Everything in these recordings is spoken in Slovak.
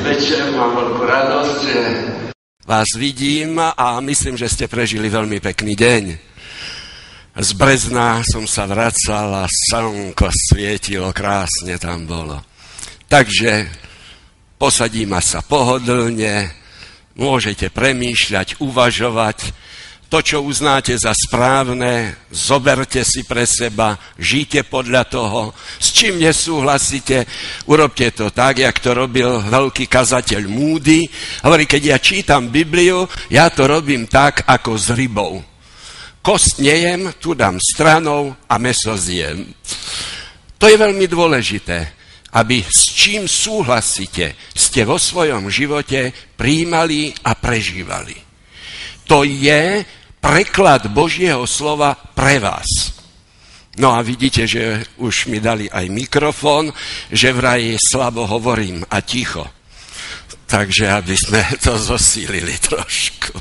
večer, mám veľkú radosť, že vás vidím a myslím, že ste prežili veľmi pekný deň. Z Brezna som sa vracal a slnko svietilo, krásne tam bolo. Takže posadíme sa pohodlne, môžete premýšľať, uvažovať. To, čo uznáte za správne, zoberte si pre seba, žijte podľa toho. S čím nesúhlasíte, urobte to tak, jak to robil veľký kazateľ Moody. Hovorí, keď ja čítam Bibliu, ja to robím tak, ako s rybou. Kost nejem, tu dám stranou a mäso zjem. To je veľmi dôležité, aby s čím súhlasíte, ste vo svojom živote prijímali a prežívali. To je preklad Božieho slova pre vás. No a vidíte, že už mi dali aj mikrofón, že vraj slabo hovorím a ticho. Takže aby sme to zosílili trošku.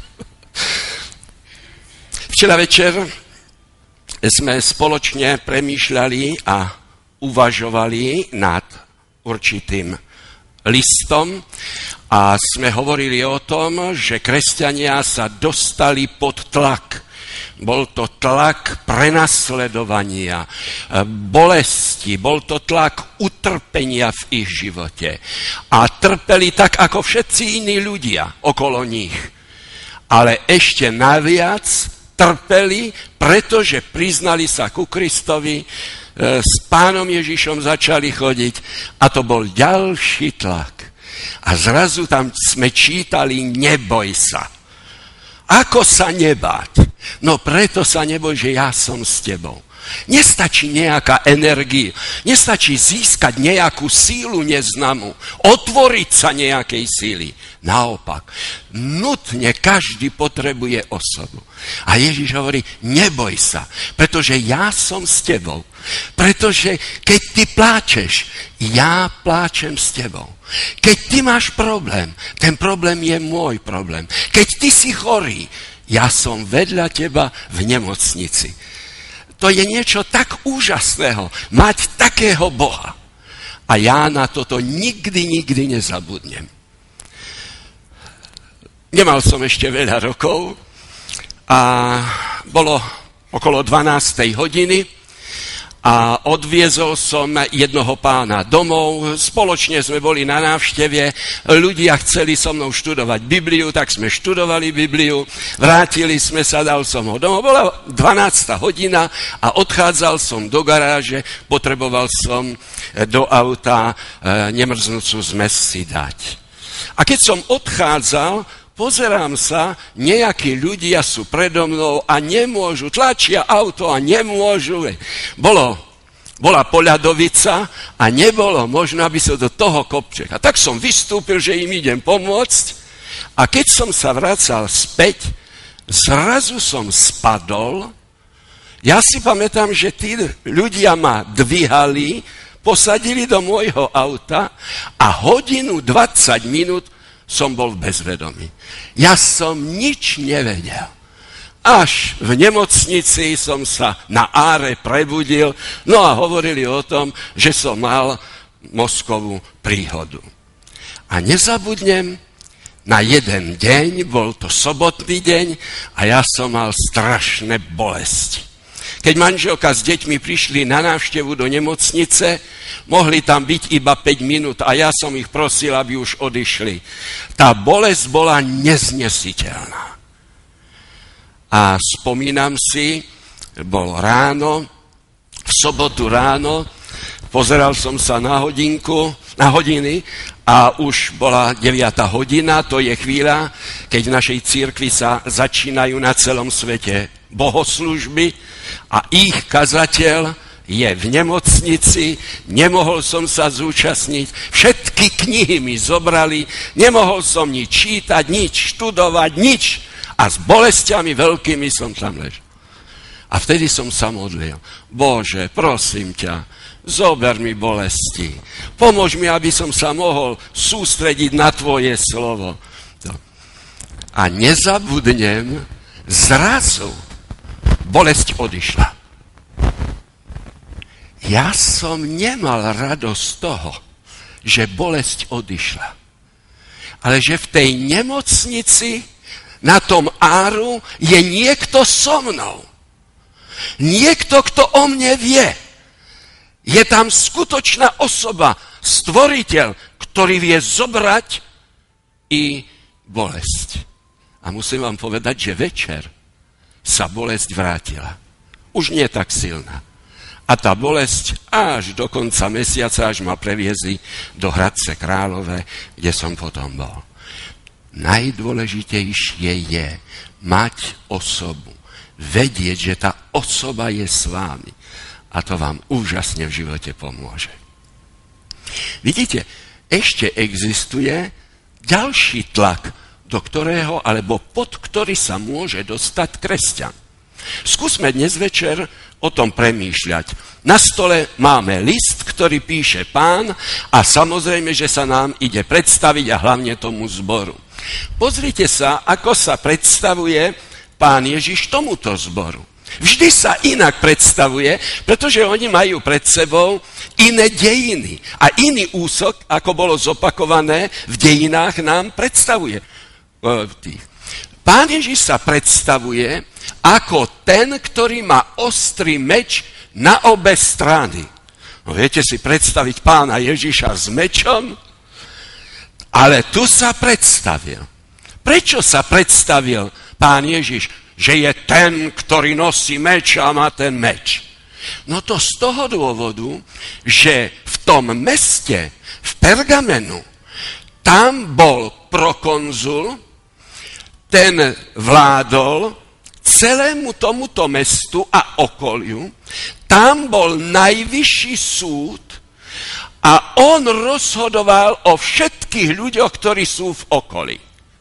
Včera večer sme spoločne premýšľali a uvažovali nad určitým listom a sme hovorili o tom, že kresťania sa dostali pod tlak. Bol to tlak prenasledovania, bolesti, bol to tlak utrpenia v ich živote. A trpeli tak, ako všetci iní ľudia okolo nich. Ale ešte naviac trpeli, pretože priznali sa ku Kristovi, s Pánom Ježišom začali chodiť a to bol ďalší tlak. A zrazu tam sme čítali, neboj sa. Ako sa nebáť? No preto sa neboj, že ja som s tebou. Nestačí nejaká energia, nestačí získať nejakú sílu neznámu, otvoriť sa nejakej síly. Naopak, nutne každý potrebuje osobu. A Ježiš hovorí, neboj sa, pretože ja som s tebou. Pretože keď ty pláčeš, ja pláčem s tebou. Keď ty máš problém, ten problém je môj problém. Keď ty si chorý, ja som vedľa teba v nemocnici. To je niečo tak úžasného, mať takého Boha. A ja na toto nikdy nezabudnem. Nemal som ešte veľa rokov a bolo okolo 12. hodiny a odviezol som jednoho pána domov. Spoločne sme boli na návšteve, ľudia chceli so mnou študovať Bibliu, tak sme študovali Bibliu, vrátili sme sa, dal som ho domov. Bola 12. hodina a odchádzal som do garáže, potreboval som do auta nemrznúcu zmes si dať. A keď som odchádzal, pozerám sa, nejakí ľudia sú predo mnou a nemôžu, tlačia auto a nemôžu. Bola poľadovica a nebolo možno, aby sa do toho kopčeka. Tak som vystúpil, že im idem pomôcť a keď som sa vracal späť, zrazu som spadol. Ja si pamätám, že tí ľudia ma dvihali, posadili do môjho auta a hodinu 20 minút som bol v bezvedomí. Ja som nič nevedel. Až v nemocnici som sa na áre prebudil, no a hovorili o tom, že som mal mozkovú príhodu. A nezabudnem, na jeden deň, bol to sobotný deň a ja som mal strašné bolesti. Keď manželka s deťmi prišli na návštevu do nemocnice, mohli tam byť iba 5 minút a ja som ich prosil, aby už odišli. Tá bolesť bola neznesiteľná. A spomínam si, bolo ráno, v sobotu ráno, pozeral som sa na hodiny a už bola 9. hodina, to je chvíľa, keď v našej cirkvi sa začínajú na celom svete bohoslužby a ich kazateľ je v nemocnici, nemohol som sa zúčastniť, všetky knihy mi zobrali, nemohol som nič čítať, nič študovať, nič a s bolestiami veľkými som tam ležal. A vtedy som sa modlil, Bože, prosím ťa, zober mi bolesti, pomôž mi, aby som sa mohol sústrediť na tvoje slovo. A nezabudnem, zrazu bolesť odišla. Ja som nemal radosť z toho, že bolesť odišla. ale že v tej nemocnici na tom áru je niekto so mnou. Niekto, kto o mne vie. Je tam skutočná osoba, stvoriteľ, ktorý vie zobrať i bolesť. A musím vám povedať, že večer sa bolesť vrátila. Už nie tak silná. A tá bolesť až do konca mesiaca, až ma previezli do Hradce Králové, kde som potom bol. Najdôležitejšie je mať osobu. Vedieť, že tá osoba je s vámi. A to vám úžasne v živote pomôže. Vidíte, ešte existuje ďalší tlak, do ktorého, alebo pod ktorý sa môže dostať kresťan. Skúsme dnes večer o tom premýšľať. Na stole máme list, ktorý píše Pán a samozrejme, že sa nám ide predstaviť a hlavne tomu zboru. Pozrite sa, ako sa predstavuje Pán Ježiš tomuto zboru. Vždy sa inak predstavuje, pretože oni majú pred sebou iné dejiny. A iný úsok, ako bolo zopakované v dejinách, nám predstavuje. Pán Ježiš sa predstavuje ako ten, ktorý má ostrý meč na obe strany. No, viete si predstaviť Pána Ježiša s mečom? Ale tu sa predstavil. Prečo sa predstavil Pán Ježiš, že je ten, ktorý nosí meč a má ten meč? No to z toho dôvodu, že v tom meste, v Pergamenu, tam bol prokonzul, ten vládol celému tomuto mestu a okoliu, tam bol najvyšší súd a on rozhodoval o všetkých ľuďoch, ktorí sú v okolí.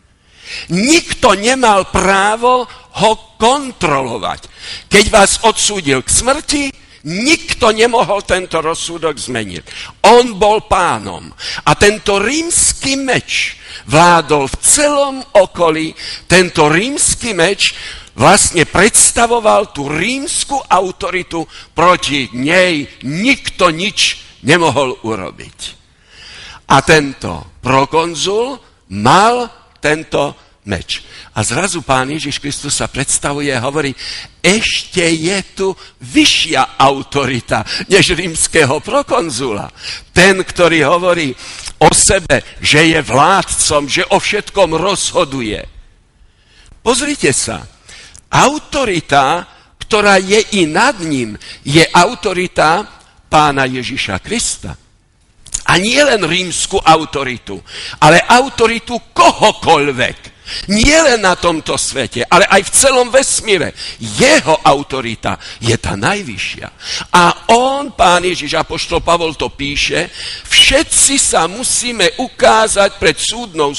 Nikto nemal právo ho kontrolovať. Keď vás odsúdil k smrti, nikto nemohol tento rozsudok zmeniť. On bol pánom. A tento rímsky meč vládol v celom okolí. Tento rímsky meč vlastne predstavoval tú rímsku autoritu. Proti nej nikto nič nemohol urobiť. A tento prokonzul mal tento meč. A zrazu Pán Ježiš Kristus sa predstavuje a hovorí, ešte je tu vyššia autorita než rímskeho prokonzula. Ten, ktorý hovorí o sebe, že je vládcom, že o všetkom rozhoduje. Pozrite sa, autorita, ktorá je i nad ním, je autorita Pána Ježiša Krista. A nie len rímsku autoritu, ale autoritu kohokoľvek. Nie len na tomto svete, ale aj v celom vesmíre. Jeho autorita je tá najvyššia. A on, Pán Ježiš, apoštol Pavol to píše, všetci sa musíme ukázať pred súdnou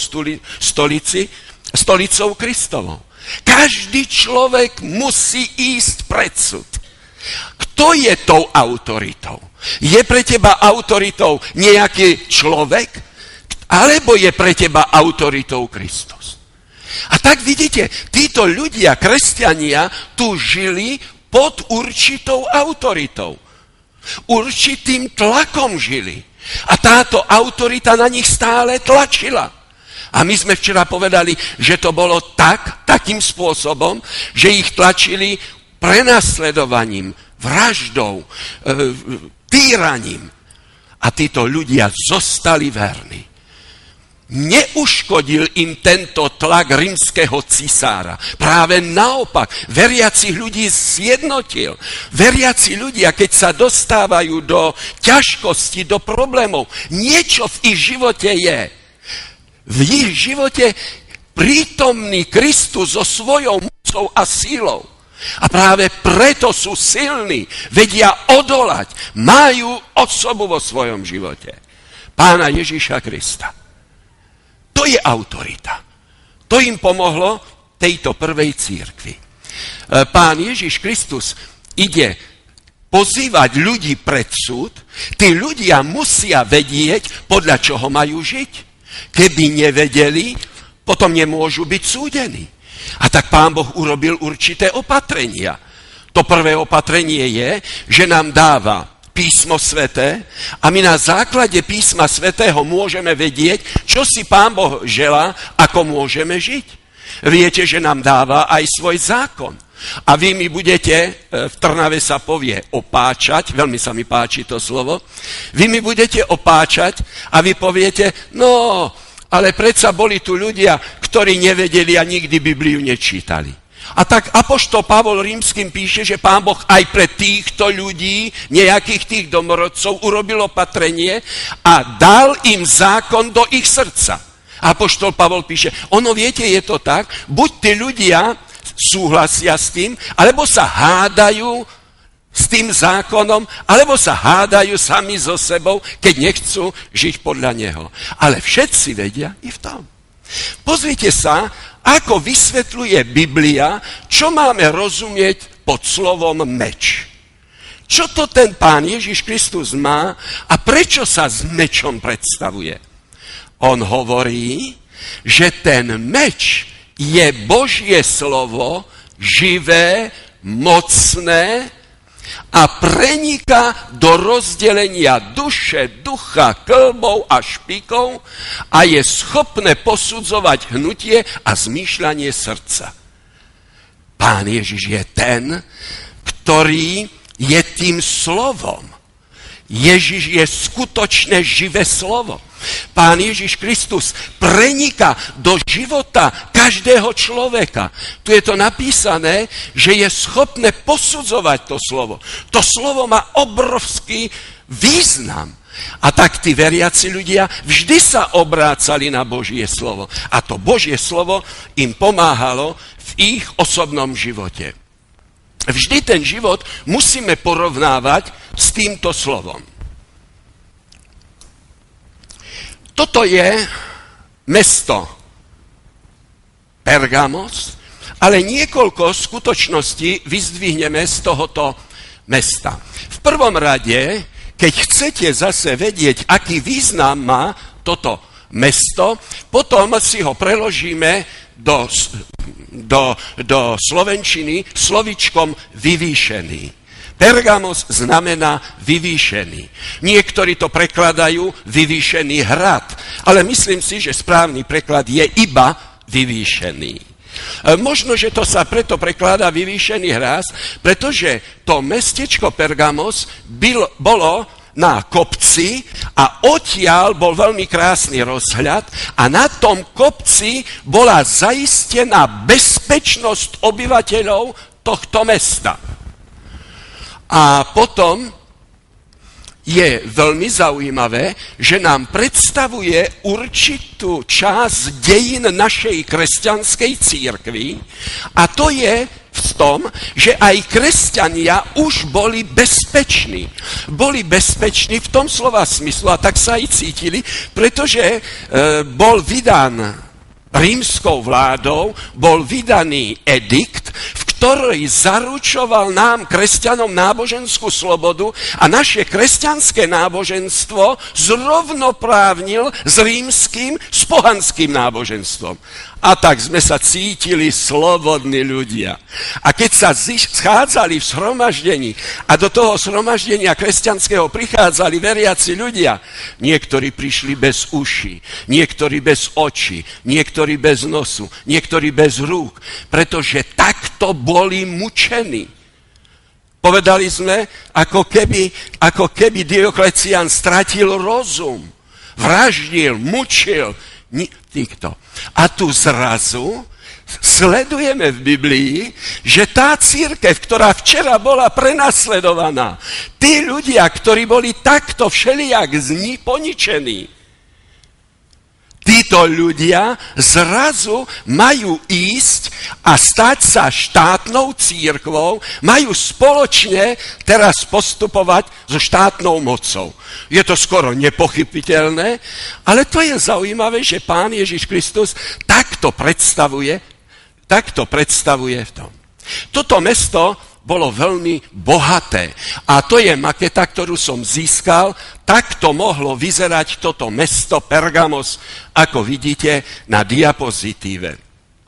stolicou Kristovou. Každý človek musí ísť pred súd. Kto je tou autoritou? Je pre teba autoritou nejaký človek? Alebo je pre teba autoritou Kristus? A tak vidíte, títo ľudia, kresťania, tu žili pod určitou autoritou. Určitým tlakom žili. A táto autorita na nich stále tlačila. A my sme včera povedali, že to bolo takým spôsobom, že ich tlačili prenasledovaním, vraždou, týraním. A títo ľudia zostali verní. Neuškodil im tento tlak rímskeho cisára. Práve naopak, veriacich ľudí zjednotil. Veriaci ľudia, keď sa dostávajú do ťažkosti, do problémov, niečo v ich živote je. V ich živote prítomný Kristus so svojou mocou a sílou. A práve preto sú silní, vedia odolať, majú osobu vo svojom živote. Pána Ježiša Krista. To je autorita. To im pomohlo tejto prvej cirkvi. Pán Ježiš Kristus ide pozývať ľudí pred súd. Tí ľudia musia vedieť, podľa čoho majú žiť. Keby nevedeli, potom nemôžu byť súdení. A tak Pán Boh urobil určité opatrenia. To prvé opatrenie je, že nám dáva písmo sväté a my na základe písma svätého môžeme vedieť, čo si Pán Boh želá, ako môžeme žiť. Viete, že nám dáva aj svoj zákon. A vy mi budete, v Trnave sa povie opáčať, veľmi sa mi páči to slovo, vy mi budete opáčať a vy poviete, no, ale predsa boli tu ľudia, ktorí nevedeli a nikdy Bibliu nečítali. A tak apoštol Pavol Rímskym píše, že Pán Boh aj pre týchto ľudí, nejakých tých domorodcov, urobil opatrenie a dal im zákon do ich srdca. Apoštol Pavol píše, ono viete, je to tak, buď tí ľudia súhlasia s tým, alebo sa hádajú s tým zákonom, alebo sa hádajú sami so sebou, keď nechcú žiť podľa neho. Ale všetci vedia i v tom. Pozrite sa, ako vysvetľuje Biblia, čo máme rozumieť pod slovom meč. Čo to ten Pán Ježiš Kristus má a prečo sa s mečom predstavuje? On hovorí, že ten meč je Božie slovo, živé, mocné a preniká do rozdelenia duše, ducha, kĺbov a špikov a je schopné posudzovať hnutie a zmýšľanie srdca. Pán Ježiš je ten, ktorý je tým slovom. Ježiš je skutočné živé slovo. Pán Ježiš Kristus preniká do života každého človeka. Tu je to napísané, že je schopné posudzovať to slovo. To slovo má obrovský význam. A tak tí veriaci ľudia vždy sa obrácali na Božie slovo. A to Božie slovo im pomáhalo v ich osobnom živote. Vždy ten život musíme porovnávať s týmto slovom. Toto je mesto Pergamos, ale niekoľko skutočností vyzdvihneme z tohoto mesta. V prvom rade, keď chcete zase vedieť, aký význam má toto mesto, potom si ho preložíme do slovenčiny slovičkom vyvýšený. Pergamos znamená vyvýšený. Niektorí to prekladajú vyvýšený hrad, ale myslím si, že správny preklad je iba vyvýšený. Možno, že to sa preto prekladá vyvýšený hrad, pretože to mestečko Pergamos bolo na kopci a odtiaľ bol veľmi krásny rozhľad a na tom kopci bola zaistená bezpečnosť obyvateľov tohto mesta. A potom je veľmi zaujímavé, že nám predstavuje určitú časť dejín našej kresťanskej cirkvi a to je v tom, že aj kresťania už boli bezpeční. Boli bezpeční v tom slova smyslu a tak sa aj cítili, pretože bol vydan rímskou vládou, bol vydaný edikt, v ktorý zaručoval nám, kresťanom, náboženskú slobodu a naše kresťanské náboženstvo zrovnoprávnil s rímskym, s pohanským náboženstvom. A tak sme sa cítili slobodní ľudia. A keď sa schádzali v zhromaždení a do toho zhromaždenia kresťanského prichádzali veriaci ľudia, niektorí prišli bez uší, niektorí bez očí, niektorí bez nosu, niektorí bez rúk, pretože takto boli mučení. Povedali sme, ako keby Dioklecián stratil rozum, vraždil, mučil, nikto. A tu zrazu sledujeme v Biblii, že tá cirkev, ktorá včera bola prenasledovaná, tí ľudia, ktorí boli takto všelijak poničení, títo ľudia zrazu majú ísť a stať sa štátnou cirkvou, majú spoločne teraz postupovať so štátnou mocou. Je to skoro nepochybiteľné, ale to je zaujímavé, že Pán Ježiš Kristus takto predstavuje v tom. Toto mesto bolo veľmi bohaté a to je maketa, ktorú som získal. Takto mohlo vyzerať toto mesto Pergamos, ako vidíte na diapozitíve.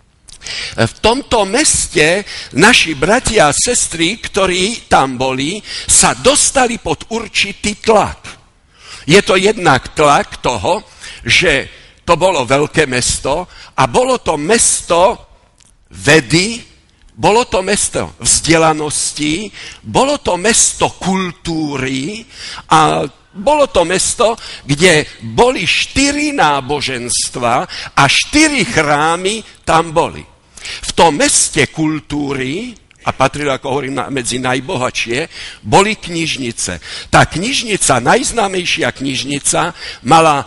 V tomto meste naši bratia a sestry, ktorí tam boli, sa dostali pod určitý tlak. Je to jednak tlak toho, že to bolo veľké mesto a bolo to mesto vedy, bolo to mesto vzdelanosti, bolo to mesto kultúry a bolo to mesto, kde boli 4 náboženstva a 4 chrámy tam boli. V tom meste kultúry, a patrilo, ako hovorím, medzi najbohatšie, boli knižnice. Tá knižnica, najznámejšia knižnica, mala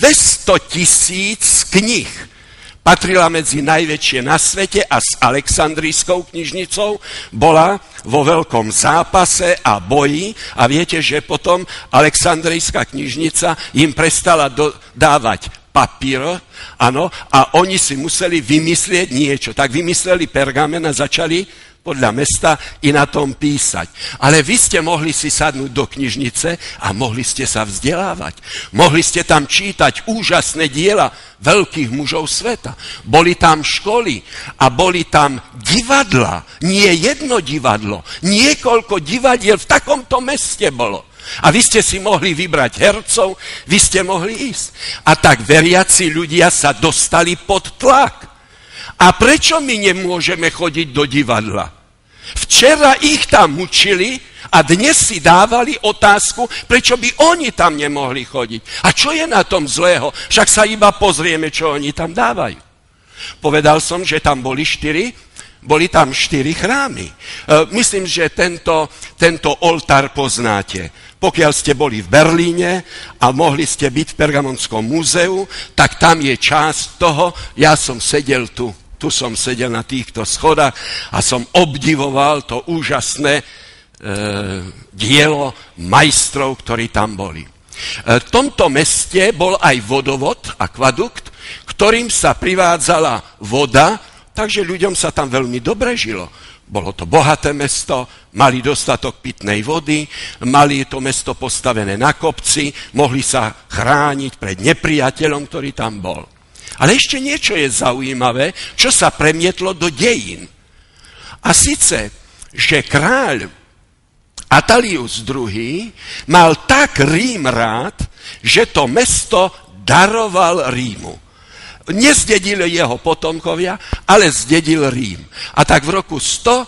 200 000 kníh. Patrila medzi najväčšie na svete a s Alexandrijskou knižnicou bola vo veľkom zápase a boji. A viete, že potom Alexandrijská knižnica im prestala dávať papír, áno, a oni si museli vymyslieť niečo. Tak vymysleli pergamen a začali podľa mesta i na tom písať. Ale vy ste mohli si sadnúť do knižnice a mohli ste sa vzdelávať. Mohli ste tam čítať úžasné diela veľkých mužov sveta. Boli tam školy a boli tam divadla. Nie jedno divadlo, niekoľko divadiel v takomto meste bolo. A vy ste si mohli vybrať hercov, vy ste mohli ísť. A tak veriaci ľudia sa dostali pod tlak. A prečo my nemôžeme chodiť do divadla? Včera ich tam učili a dnes si dávali otázku, prečo by oni tam nemohli chodiť. A čo je na tom zlého? Však sa iba pozrieme, čo oni tam dávajú. Povedal som, že tam boli 4 chrámy. Myslím, že tento oltár poznáte. Pokiaľ ste boli v Berlíne a mohli ste byť v Pergamonskom múzeu, tak tam je časť toho, ja som sedel tu som sedel na týchto schodách a som obdivoval to úžasné dielo majstrov, ktorí tam boli. V tomto meste bol aj vodovod, akvadukt, ktorým sa privádzala voda, takže ľuďom sa tam veľmi dobre žilo. Bolo to bohaté mesto, mali dostatok pitnej vody, mali to mesto postavené na kopci, mohli sa chrániť pred nepriateľom, ktorý tam bol. Ale ešte niečo je zaujímavé, čo sa premietlo do dejín. A sice, že kráľ Atalius II mal tak Rím rád, že to mesto daroval Rímu. Nezdedili jeho potomkovia, ale zdedil Rím. A tak v roku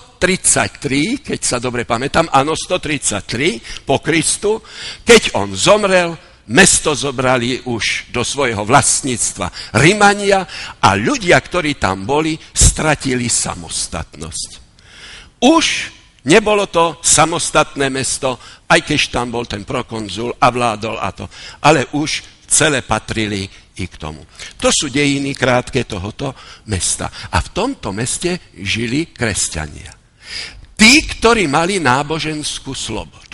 133, keď sa dobre pamätám, áno, 133 po Kristu, keď on zomrel, mesto zobrali už do svojho vlastníctva Rimania a ľudia, ktorí tam boli, stratili samostatnosť. Už nebolo to samostatné mesto, aj keď tam bol ten prokonzul a vládol a to, ale už celé patrili i k tomu. To sú dejiny krátke tohoto mesta. A v tomto meste žili kresťania. Tí, ktorí mali náboženskú slobodu.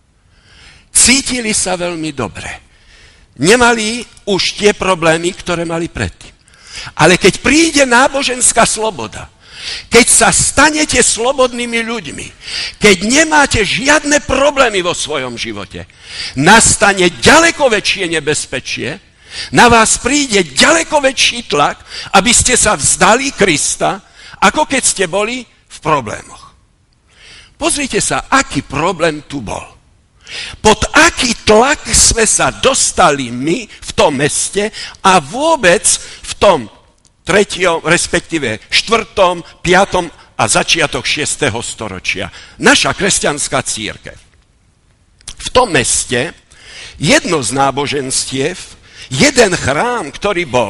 Cítili sa veľmi dobre. Nemali už tie problémy, ktoré mali predtým. Ale keď príde náboženská sloboda, keď sa stanete slobodnými ľuďmi, keď nemáte žiadne problémy vo svojom živote, nastane ďaleko väčšie nebezpečie, na vás príde ďaleko väčší tlak, aby ste sa vzdali Krista, ako keď ste boli v problémoch. Pozrite sa, aký problém tu bol. Pod aký tlak sme sa dostali my v tom meste a vôbec v tom 3., respektíve 4., 5. a začiatok 6. storočia. Naša kresťanská cirkev. V tom meste jedno z náboženstiev, jeden chrám, ktorý bol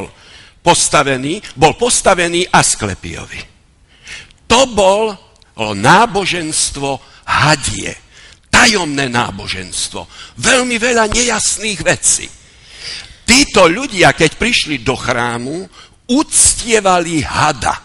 postavený Asklepiovi. To bolo náboženstvo hadie. Tajomné náboženstvo. Veľmi veľa nejasných vecí. Títo ľudia, keď prišli do chrámu, uctievali hada.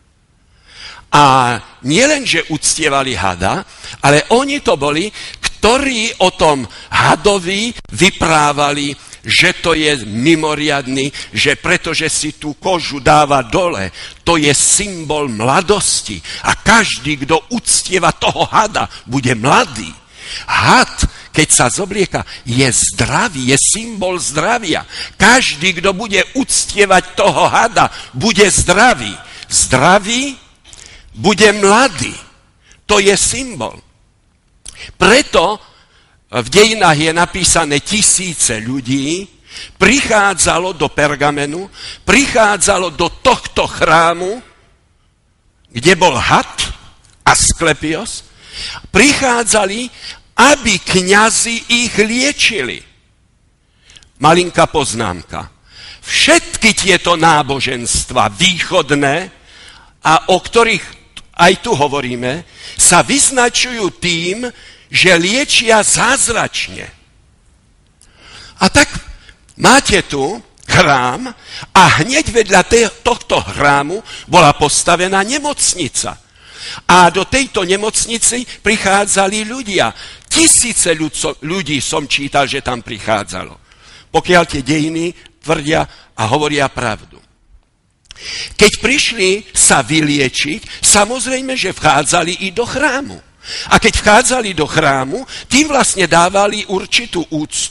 A nielen, že uctievali hada, ale oni to boli, ktorí o tom hadovi vyprávali, že to je mimoriadny, že pretože si tú kožu dáva dole, to je symbol mladosti. A každý, kto uctieva toho hada, bude mladý. Had, keď sa zoblieka, je zdravý, je symbol zdravia. Každý, kto bude uctievať toho hada, bude zdravý. zdravý, bude mladý. To je symbol. Preto v dejinách je napísané 1000 ľudí, prichádzalo do Pergamenu, prichádzalo do tohto chrámu, kde bol had, Asklepios, prichádzali, aby kňazi ich liečili. Malinká poznámka. Všetky tieto náboženstva východné, a o ktorých aj tu hovoríme, sa vyznačujú tým, že liečia zázračne. A tak máte tu chrám a hneď vedľa tohto chrámu bola postavená nemocnica. A do tejto nemocnici prichádzali ľudia. 1000 ľudí som čítal, že tam prichádzalo. Pokiaľ tie dejiny tvrdia a hovoria pravdu. Keď prišli sa vyliečiť, samozrejme, že vchádzali i do chrámu. A keď vchádzali do chrámu, tým vlastne dávali určitú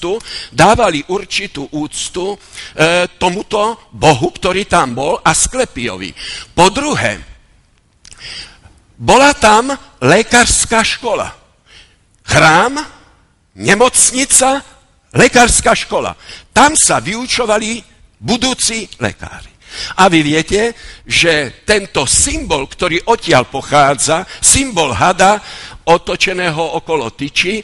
úctu tomuto bohu, ktorý tam bol, Asklepiovi. Po druhé, bola tam lekárska škola. Chrám, nemocnica, lekárska škola. Tam sa vyučovali budúci lekári. A vy viete, že tento symbol, ktorý odtiaľ pochádza, symbol hada, otočeného okolo tyči,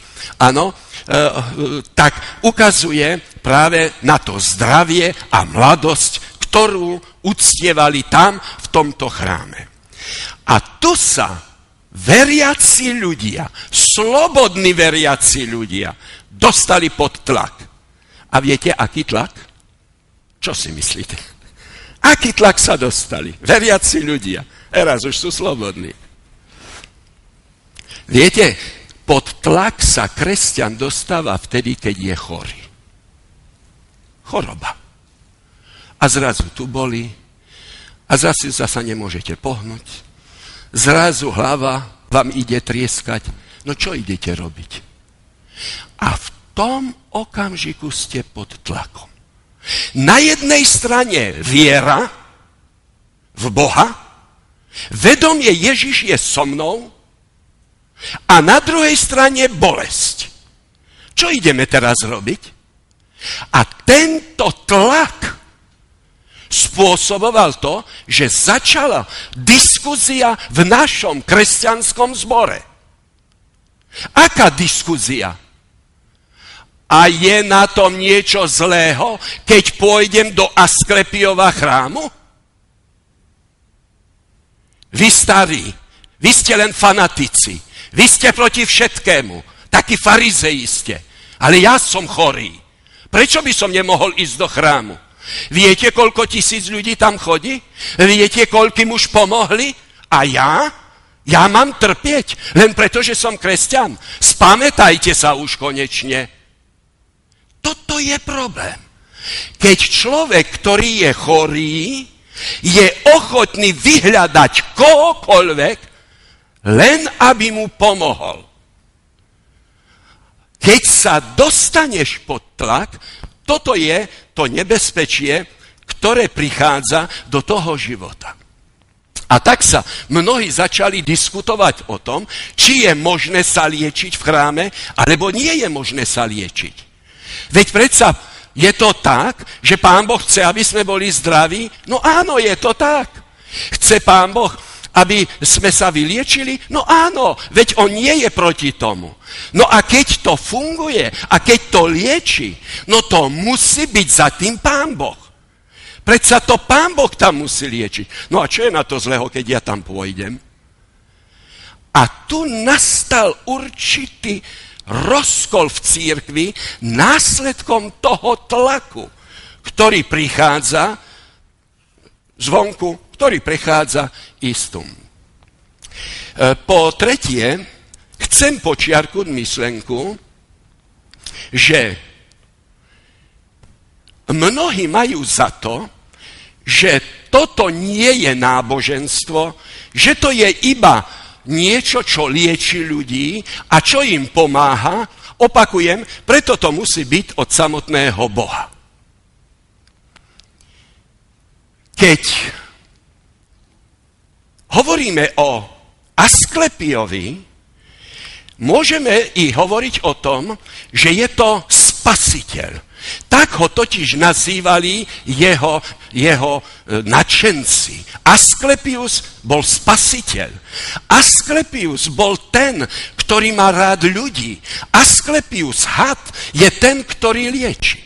tak ukazuje práve na to zdravie a mladosť, ktorú uctievali tam v tomto chráme. A tu sa veriaci ľudia, slobodní veriaci ľudia, dostali pod tlak. A viete, aký tlak? Čo si myslíte? Aký tlak sa dostali? Veriaci ľudia. Teraz už sú slobodní. Viete, pod tlak sa kresťan dostáva vtedy, keď je chorý. Choroba. A zrazu tu boli. A zase nemôžete pohnúť. Zrazu hlava vám ide trieskať. No čo idete robiť? A v tom okamžiku ste pod tlakom. Na jednej strane viera v Boha, vedomie Ježiš je so mnou, a na druhej strane bolesť. Čo ideme teraz robiť? A tento tlak spôsoboval to, že začala diskuzia v našom kresťanskom zbore. Aká diskuzia? A je na tom niečo zlého, keď pôjdem do Asklepiova chrámu? Vy starí, vy ste len fanatici, vy ste proti všetkému, takí farizei ste, ale ja som chorý. Prečo by som nemohol ísť do chrámu? Viete, koľko 1000 ľudí tam chodí? Viete, koľkým už pomohli? A ja? Ja mám trpieť, len preto, že som kresťan. Spamätajte sa už konečne. Toto je problém. Keď človek, ktorý je chorý, je ochotný vyhľadať kohokoľvek, len aby mu pomohol. Keď sa dostaneš pod tlak, toto je to nebezpečie, ktoré prichádza do toho života. A tak sa mnohí začali diskutovať o tom, či je možné sa liečiť v chráme, alebo nie je možné sa liečiť. Veď predsa je to tak, že Pán Boh chce, aby sme boli zdraví? No áno, je to tak. Chce Pán Boh, aby sme sa vyliečili? No áno, veď on nie je proti tomu. No a keď to funguje a keď to lieči, no to musí byť za tým Pán Boh. Predsa to Pán Boh tam musí liečiť. No a čo je na to zlého, keď ja tam pôjdem? A tu nastal určitý rozkol v cirkvi následkom toho tlaku, ktorý prichádza zvonku, ktorý prechádza istom. Po tretie, chcem počiarknúť myšlenku, že mnohí majú za to, že toto nie je náboženstvo, že to je iba niečo, čo lieči ľudí a čo im pomáha. Opakujem, preto to musí byť od samotného Boha. Keď hovoríme o Asklepiovi, môžeme i hovoriť o tom, že je to spasiteľ. Tak ho totiž nazývali jeho nadšenci. Asklepius bol spasiteľ. Asklepius bol ten, ktorý má rád ľudí. Asklepius, had, je ten, ktorý lieči.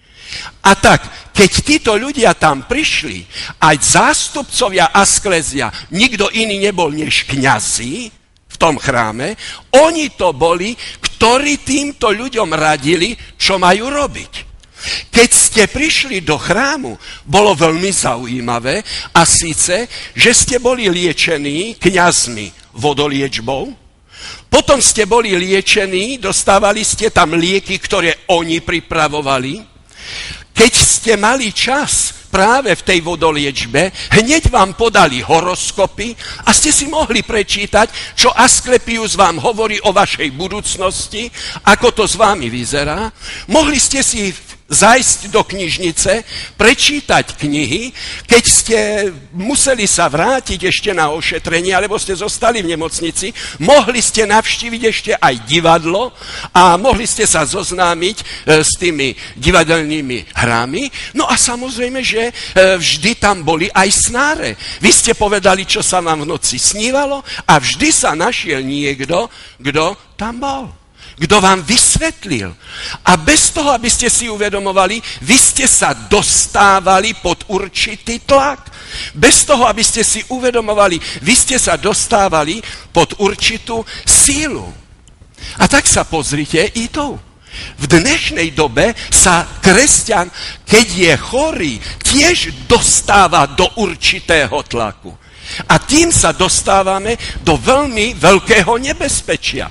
A tak, keď títo ľudia tam prišli, aj zástupcovia Asklézia, nikto iný nebol než kňazi v tom chráme, oni to boli, ktorí týmto ľuďom radili, čo majú robiť. Keď ste prišli do chrámu, bolo veľmi zaujímavé, a síce, že ste boli liečení kňazmi vodoliečbou, potom ste boli liečení, dostávali ste tam lieky, ktoré oni pripravovali. Keď ste mali čas práve v tej vodoliečbe, hneď vám podali horoskopy a ste si mohli prečítať, čo Asklepius vám hovorí o vašej budúcnosti, ako to s vámi vyzerá. Mohli ste si zájsť do knižnice, prečítať knihy, keď ste museli sa vrátiť ešte na ošetrenie, alebo ste zostali v nemocnici, mohli ste navštíviť ešte aj divadlo a mohli ste sa zoznámiť s tými divadelnými hrami. No a samozrejme, že vždy tam boli aj snáre. Vy ste povedali, čo sa vám v noci snívalo, a vždy sa našiel niekto, kto tam bol. Kto vám vysvetlil. A bez toho, aby ste si uvedomovali, vy ste sa dostávali pod určitý tlak. Bez toho, aby ste si uvedomovali, vy ste sa dostávali pod určitú sílu. A tak sa pozrite i tu. V dnešnej dobe sa kresťan, keď je chorý, tiež dostáva do určitého tlaku. A tým sa dostávame do veľmi veľkého nebezpečia.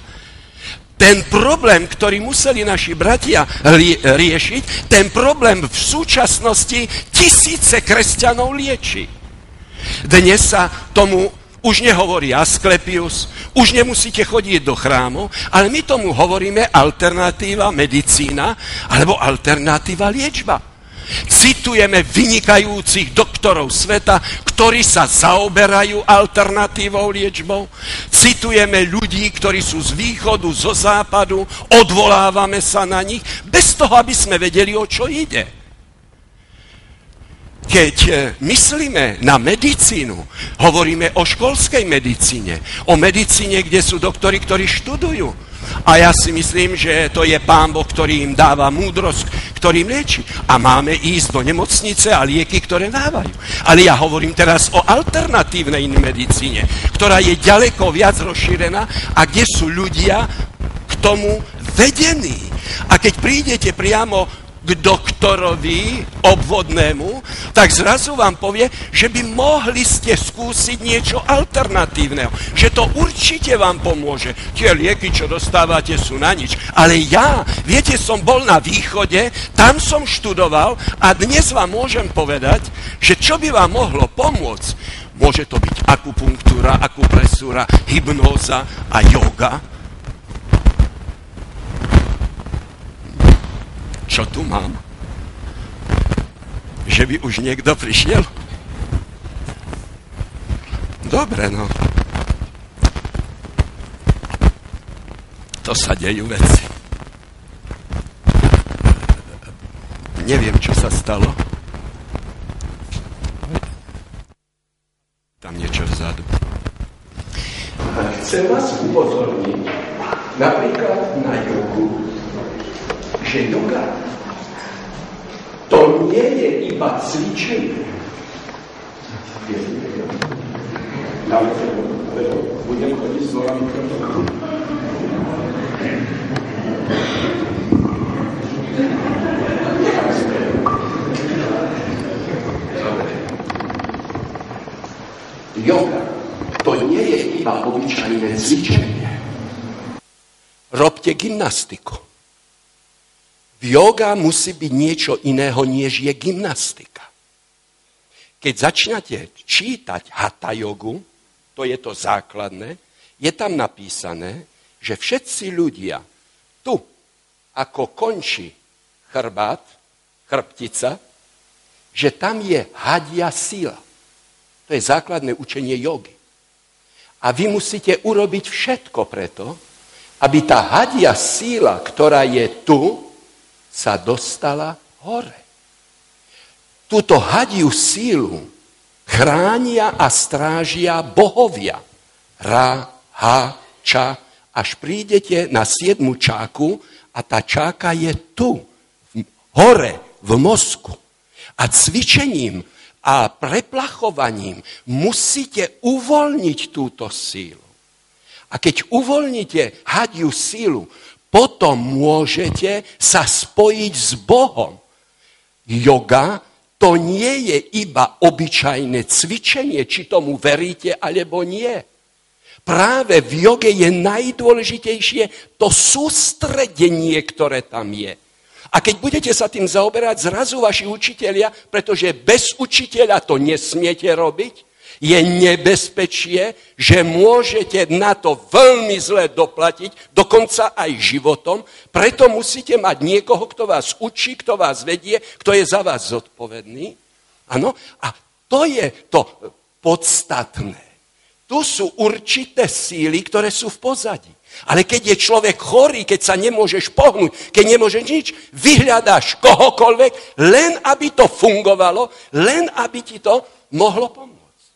Ten problém, ktorý museli naši bratia riešiť, ten problém v súčasnosti tisíce kresťanov lieči. Dnes sa tomu už nehovorí Asklepius, už nemusíte chodiť do chrámu, ale my tomu hovoríme alternatíva medicína alebo alternatíva liečba. Citujeme vynikajúcich doktorov sveta, ktorí sa zaoberajú alternatívou liečbou. Citujeme ľudí, ktorí sú z východu, zo západu, odvolávame sa na nich, bez toho, aby sme vedeli, o čo ide. Keď myslíme na medicínu, hovoríme o školskej medicíne, o medicíne, kde sú doktori, ktorí študujú. A ja si myslím, že to je Pán Boh, ktorý im dáva múdrosť, ktorým lieči. A máme ísť do nemocnice a lieky, ktoré dávajú. Ale ja hovorím teraz o alternatívnej medicíne, ktorá je ďaleko viac rozšírená a kde sú ľudia k tomu vedení. A keď prídete priamo k doktorovi obvodnému, tak zrazu vám povie, že by mohli ste skúsiť niečo alternatívneho. Že to určite vám pomôže. Tie lieky, čo dostávate, sú na nič. Ale ja, viete, som bol na východe, tam som študoval a dnes vám môžem povedať, že čo by vám mohlo pomôcť. Môže to byť akupunktúra, akupresúra, hypnóza a yoga. Čo tu mám? Že by už niekto prišiel? Dobre, no. To sa dejú veci. Neviem, čo sa stalo. Tam niečo vzadu. Chcem vás upozorniť napríklad na jogu, že yoga to nie je iba cvičenie. Budem chodiť s volami protokolu. Yoga to nie je iba obyčajné cvičenie. Robte gymnastiku. Yoga musí byť niečo iného, než je gymnastika. Keď začnete čítať hatha jogu, to je to základné, je tam napísané, že všetci ľudia tu, ako končí chrbát, chrbtica, že tam je hadia sila. To je základné učenie jogy. A vy musíte urobiť všetko preto, aby tá hadia síla, ktorá je tu, sa dostala hore. Túto hadiu sílu chránia a strážia bohovia. Ra, ha, ča, až prídete na 7. čáku a tá čáka je tu, hore, v mozku. A cvičením a preplachovaním musíte uvoľniť túto sílu. A keď uvoľníte hadiu sílu, potom môžete sa spojiť s Bohom. Yoga to nie je iba obyčajné cvičenie, či tomu veríte, alebo nie. Práve v joge je najdôležitejšie to sústredenie, ktoré tam je. A keď budete sa tým zaoberať, zrazu vaši učitelia, pretože bez učiteľa to nesmiete robiť, je nebezpečie, že môžete na to veľmi zle doplatiť, dokonca aj životom. Preto musíte mať niekoho, kto vás učí, kto vás vedie, kto je za vás zodpovedný. Áno? A to je to podstatné. Tu sú určité síly, ktoré sú v pozadí. Ale keď je človek chorý, keď sa nemôžeš pohnúť, keď nemôžeš nič, vyhľadáš kohokoľvek, len aby to fungovalo, len aby ti to mohlo pomôcť.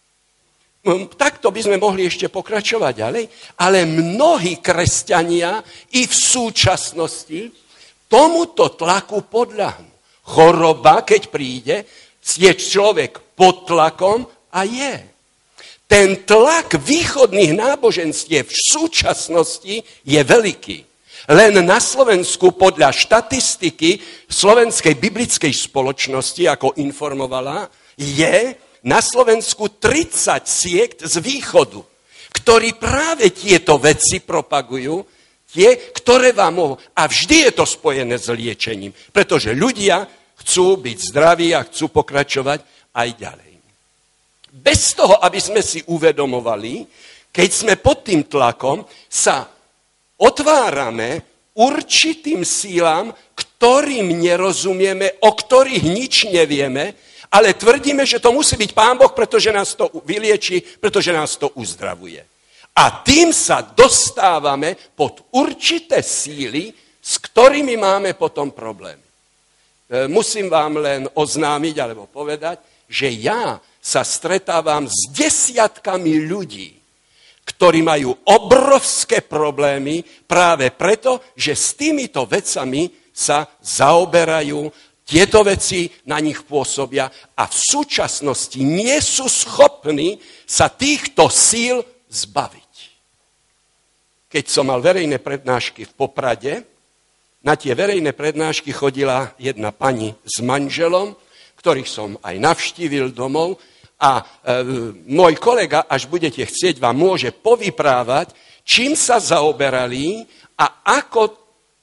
Takto by sme mohli ešte pokračovať ďalej, ale mnohí kresťania i v súčasnosti tomuto tlaku podľahnú. Choroba, keď príde, je človek pod tlakom a je. Ten tlak východných náboženstiev v súčasnosti je veľký. Len na Slovensku podľa štatistiky Slovenskej biblickej spoločnosti, ako informovala, je na Slovensku 30 siekt z východu, ktorí práve tieto veci propagujú, tie, ktoré vám mohú. A vždy je to spojené s liečením, pretože ľudia chcú byť zdraví a chcú pokračovať aj ďalej. Bez toho, aby sme si uvedomovali, keď sme pod tým tlakom, sa otvárame určitým sílam, ktorým nerozumieme, o ktorých nič nevieme, ale tvrdíme, že to musí byť Pán Boh, pretože nás to vylieči, pretože nás to uzdravuje. A tým sa dostávame pod určité síly, s ktorými máme potom problém. Musím vám len oznámiť alebo povedať, že ja sa stretávam s desiatkami ľudí, ktorí majú obrovské problémy práve preto, že s týmito vecami sa zaoberajú. Tieto veci na nich pôsobia a v súčasnosti nie sú schopní sa týchto síl zbaviť. Keď som mal verejné prednášky v Poprade, na tie verejné prednášky chodila jedna pani s manželom, ktorých som aj navštívil domov a môj kolega, až budete chcieť, vám môže povyprávať, čím sa zaoberali a ako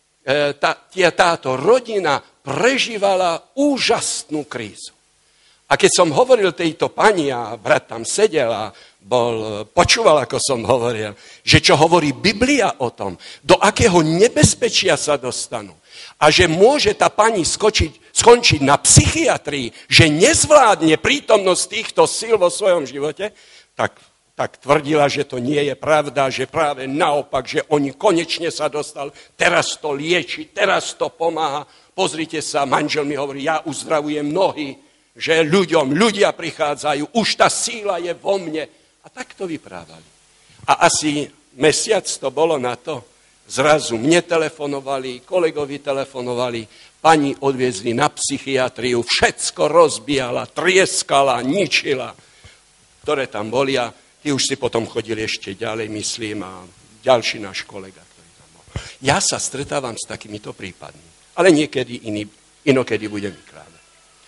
táto rodina prežívala úžasnú krízu. A keď som hovoril tejto pani a brat tam sedel a počúval, ako som hovoril, že čo hovorí Biblia o tom, do akého nebezpečia sa dostanú a že môže tá pani skončiť na psychiatrii, že nezvládne prítomnosť týchto síl vo svojom živote, tak tvrdila, že to nie je pravda, že práve naopak, že oni konečne sa dostali, teraz to lieči, teraz to pomáha. Pozrite sa, manžel mi hovorí, ja uzdravujem nohy, že ľudia prichádzajú, už tá síla je vo mne. A tak to vyprávali. A asi mesiac to bolo na to, zrazu mne telefonovali, kolegovi telefonovali, pani odviezli na psychiatriu, všetko rozbíjala, trieskala, ničila, ktoré tam boli a tí už si potom chodili ešte ďalej, myslím, a ďalší náš kolega, ktorý tam bol. Ja sa stretávam s takýmito prípadmi. Ale niekedy inokedy budem vykrádať.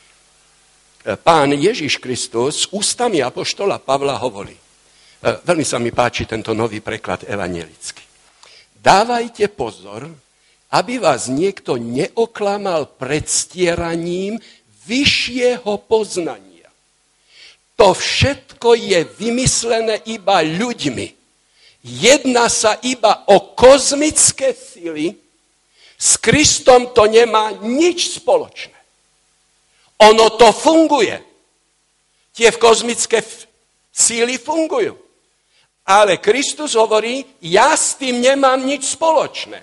Pán Ježiš Kristus ústami apoštola Pavla hovorí, veľmi sa mi páči tento nový preklad evanjelický. Dávajte pozor, aby vás niekto neoklamal predstieraním vyššieho poznania. To všetko je vymyslené iba ľuďmi. Jedná sa iba o kozmické sily. S Kristom to nemá nič spoločné. Ono to funguje. Tie kozmické síly fungujú. Ale Kristus hovorí, ja s tým nemám nič spoločné.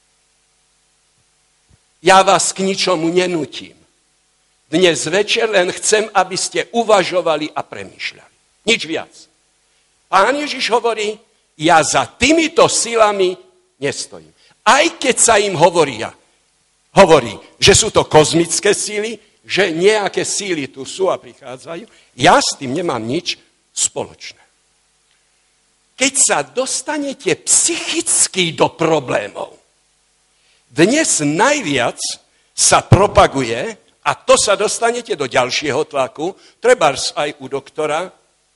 Ja vás k ničomu nenutím. Dnes večer len chcem, aby ste uvažovali a premýšľali. Nič viac. Pán Ježiš hovorí, ja za týmito silami nestojím. Aj keď sa im hovorí, že sú to kozmické síly, že nejaké síly tu sú a prichádzajú, ja s tým nemám nič spoločné. Keď sa dostanete psychicky do problémov, dnes najviac sa propaguje, a to sa dostanete do ďalšieho tlaku, trebárs aj u doktora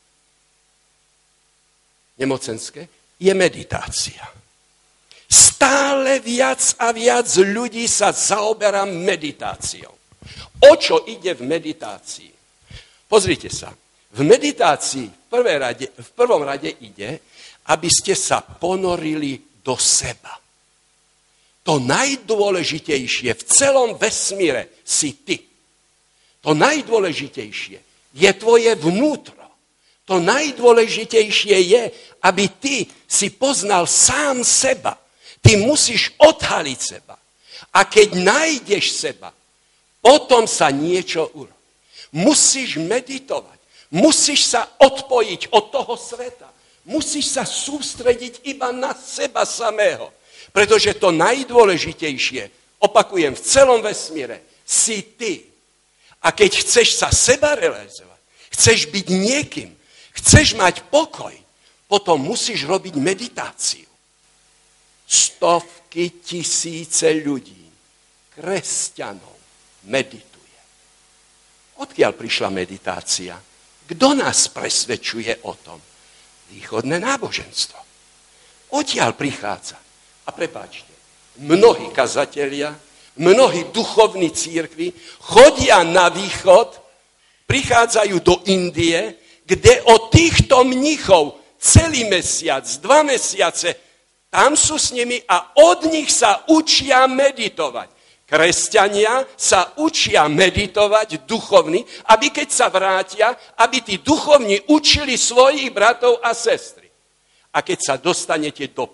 nemocenské, je meditácia. Stále viac a viac ľudí sa zaoberá meditáciou. O čo ide v meditácii? Pozrite sa. V meditácii v prvom rade ide, aby ste sa ponorili do seba. To najdôležitejšie v celom vesmíre si ty. To najdôležitejšie je tvoje vnútro. To najdôležitejšie je, aby ty si poznal sám seba. Ty musíš odhaliť seba. A keď nájdeš seba, potom sa niečo urobí. Musíš meditovať. Musíš sa odpojiť od toho sveta. Musíš sa sústrediť iba na seba samého. Pretože to najdôležitejšie, opakujem, v celom vesmíre, si ty. A keď chceš sa seba realizovať, chceš byť niekým, chceš mať pokoj, potom musíš robiť meditáciu. Stovky tisíce ľudí, kresťanov, medituje. Odkiaľ prišla meditácia? Kto nás presvedčuje o tom? Východné náboženstvo. Odkiaľ prichádza? A prepáčte, mnohí kazatelia, mnohí duchovní cirkvi chodia na východ, prichádzajú do Indie, kde od týchto mnichov celý mesiac, 2 mesiace, tam sú s nimi a od nich sa učia meditovať. Kresťania sa učia meditovať duchovní, aby keď sa vrátia, aby tí duchovní učili svojich bratov a sestry. A keď sa dostanete do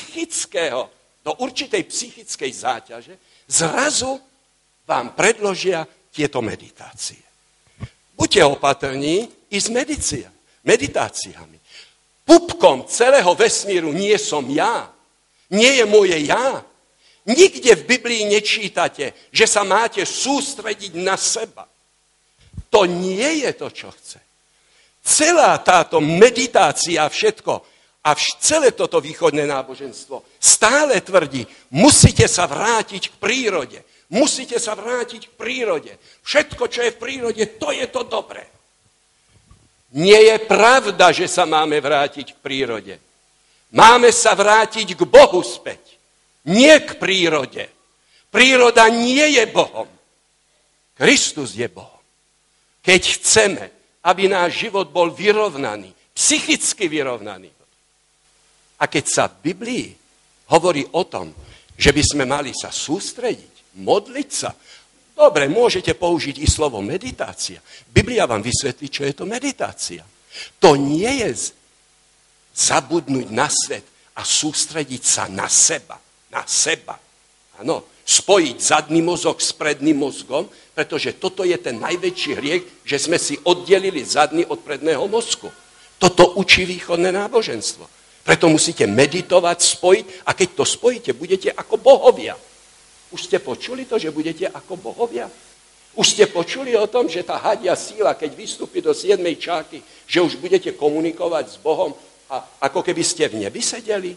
určitej psychickej záťaže, zrazu vám predložia tieto meditácie. Buďte opatrní i s meditáciami. Pupkom celého vesmíru nie som ja. Nie je moje ja. Nikde v Biblii nečítate, že sa máte sústrediť na seba. To nie je to, čo chce. Celá táto meditácia, všetko a celé toto východné náboženstvo stále tvrdí, musíte sa vrátiť k prírode. Musíte sa vrátiť k prírode. Všetko, čo je v prírode, to je to dobré. Nie je pravda, že sa máme vrátiť k prírode. Máme sa vrátiť k Bohu späť. Nie k prírode. Príroda nie je Bohom. Kristus je Bohom. Keď chceme, aby náš život bol vyrovnaný, psychicky vyrovnaný. A keď sa v Biblii hovorí o tom, že by sme mali sa sústrediť, modliť sa, dobre, môžete použiť i slovo meditácia. Biblia vám vysvetlí, čo je to meditácia. To nie je zabudnúť na svet a sústrediť sa na seba. Na seba. Áno, spojiť zadný mozog s predným mozgom, pretože toto je ten najväčší hriech, že sme si oddelili zadný od predného mozgu. Toto učí východné náboženstvo. Preto musíte meditovať, spojiť a keď to spojíte, budete ako bohovia. Už ste počuli to, že budete ako bohovia? Už ste počuli o tom, že tá hadia síla, keď vystúpi do 7. čáky, že už budete komunikovať s Bohom a ako keby ste v nebi sedeli?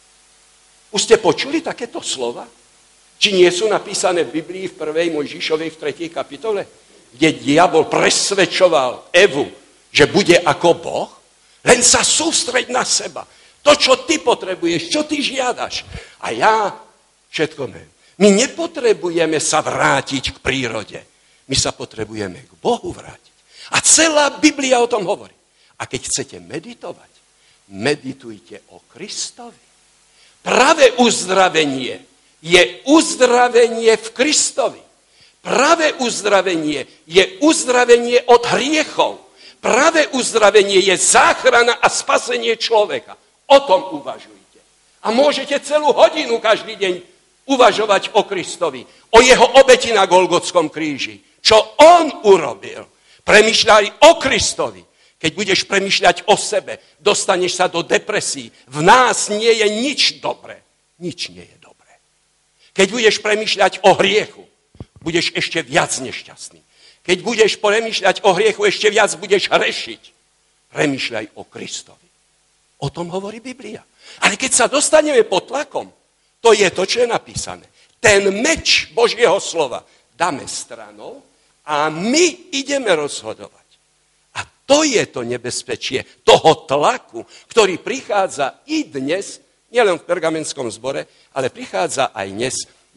Už ste počuli takéto slova? Či nie sú napísané v Biblii v 1. Mojžišovej v 3. kapitole, kde diabol presvedčoval Evu, že bude ako Boh? Len sa sústreď na seba. To, čo ty potrebuješ, čo ty žiadaš. A ja všetko neviem. My nepotrebujeme sa vrátiť k prírode. My sa potrebujeme k Bohu vrátiť. A celá Biblia o tom hovorí. A keď chcete meditovať, meditujte o Kristovi. Pravé uzdravenie je uzdravenie v Kristovi. Pravé uzdravenie je uzdravenie od hriechov. Pravé uzdravenie je záchrana a spasenie človeka. O tom uvažujte. A môžete celú hodinu každý deň uvažovať o Kristovi, o jeho obeti na Golgotskom kríži. Čo on urobil. Premýšľaj o Kristovi. Keď budeš premýšľať o sebe, dostaneš sa do depresí. V nás nie je nič dobré. Nič nie je dobré. Keď budeš premýšľať o hriechu, budeš ešte viac nešťastný. Keď budeš premýšľať o hriechu, ešte viac budeš hrešiť. Premýšľaj o Kristovi. O tom hovorí Biblia. Ale keď sa dostaneme pod tlakom, to je to, čo je napísané. Ten meč Božieho slova dáme stranou a my ideme rozhodovať. A to je to nebezpečie toho tlaku, ktorý prichádza i dnes, nielen v pergamenskom zbore, ale prichádza aj dnes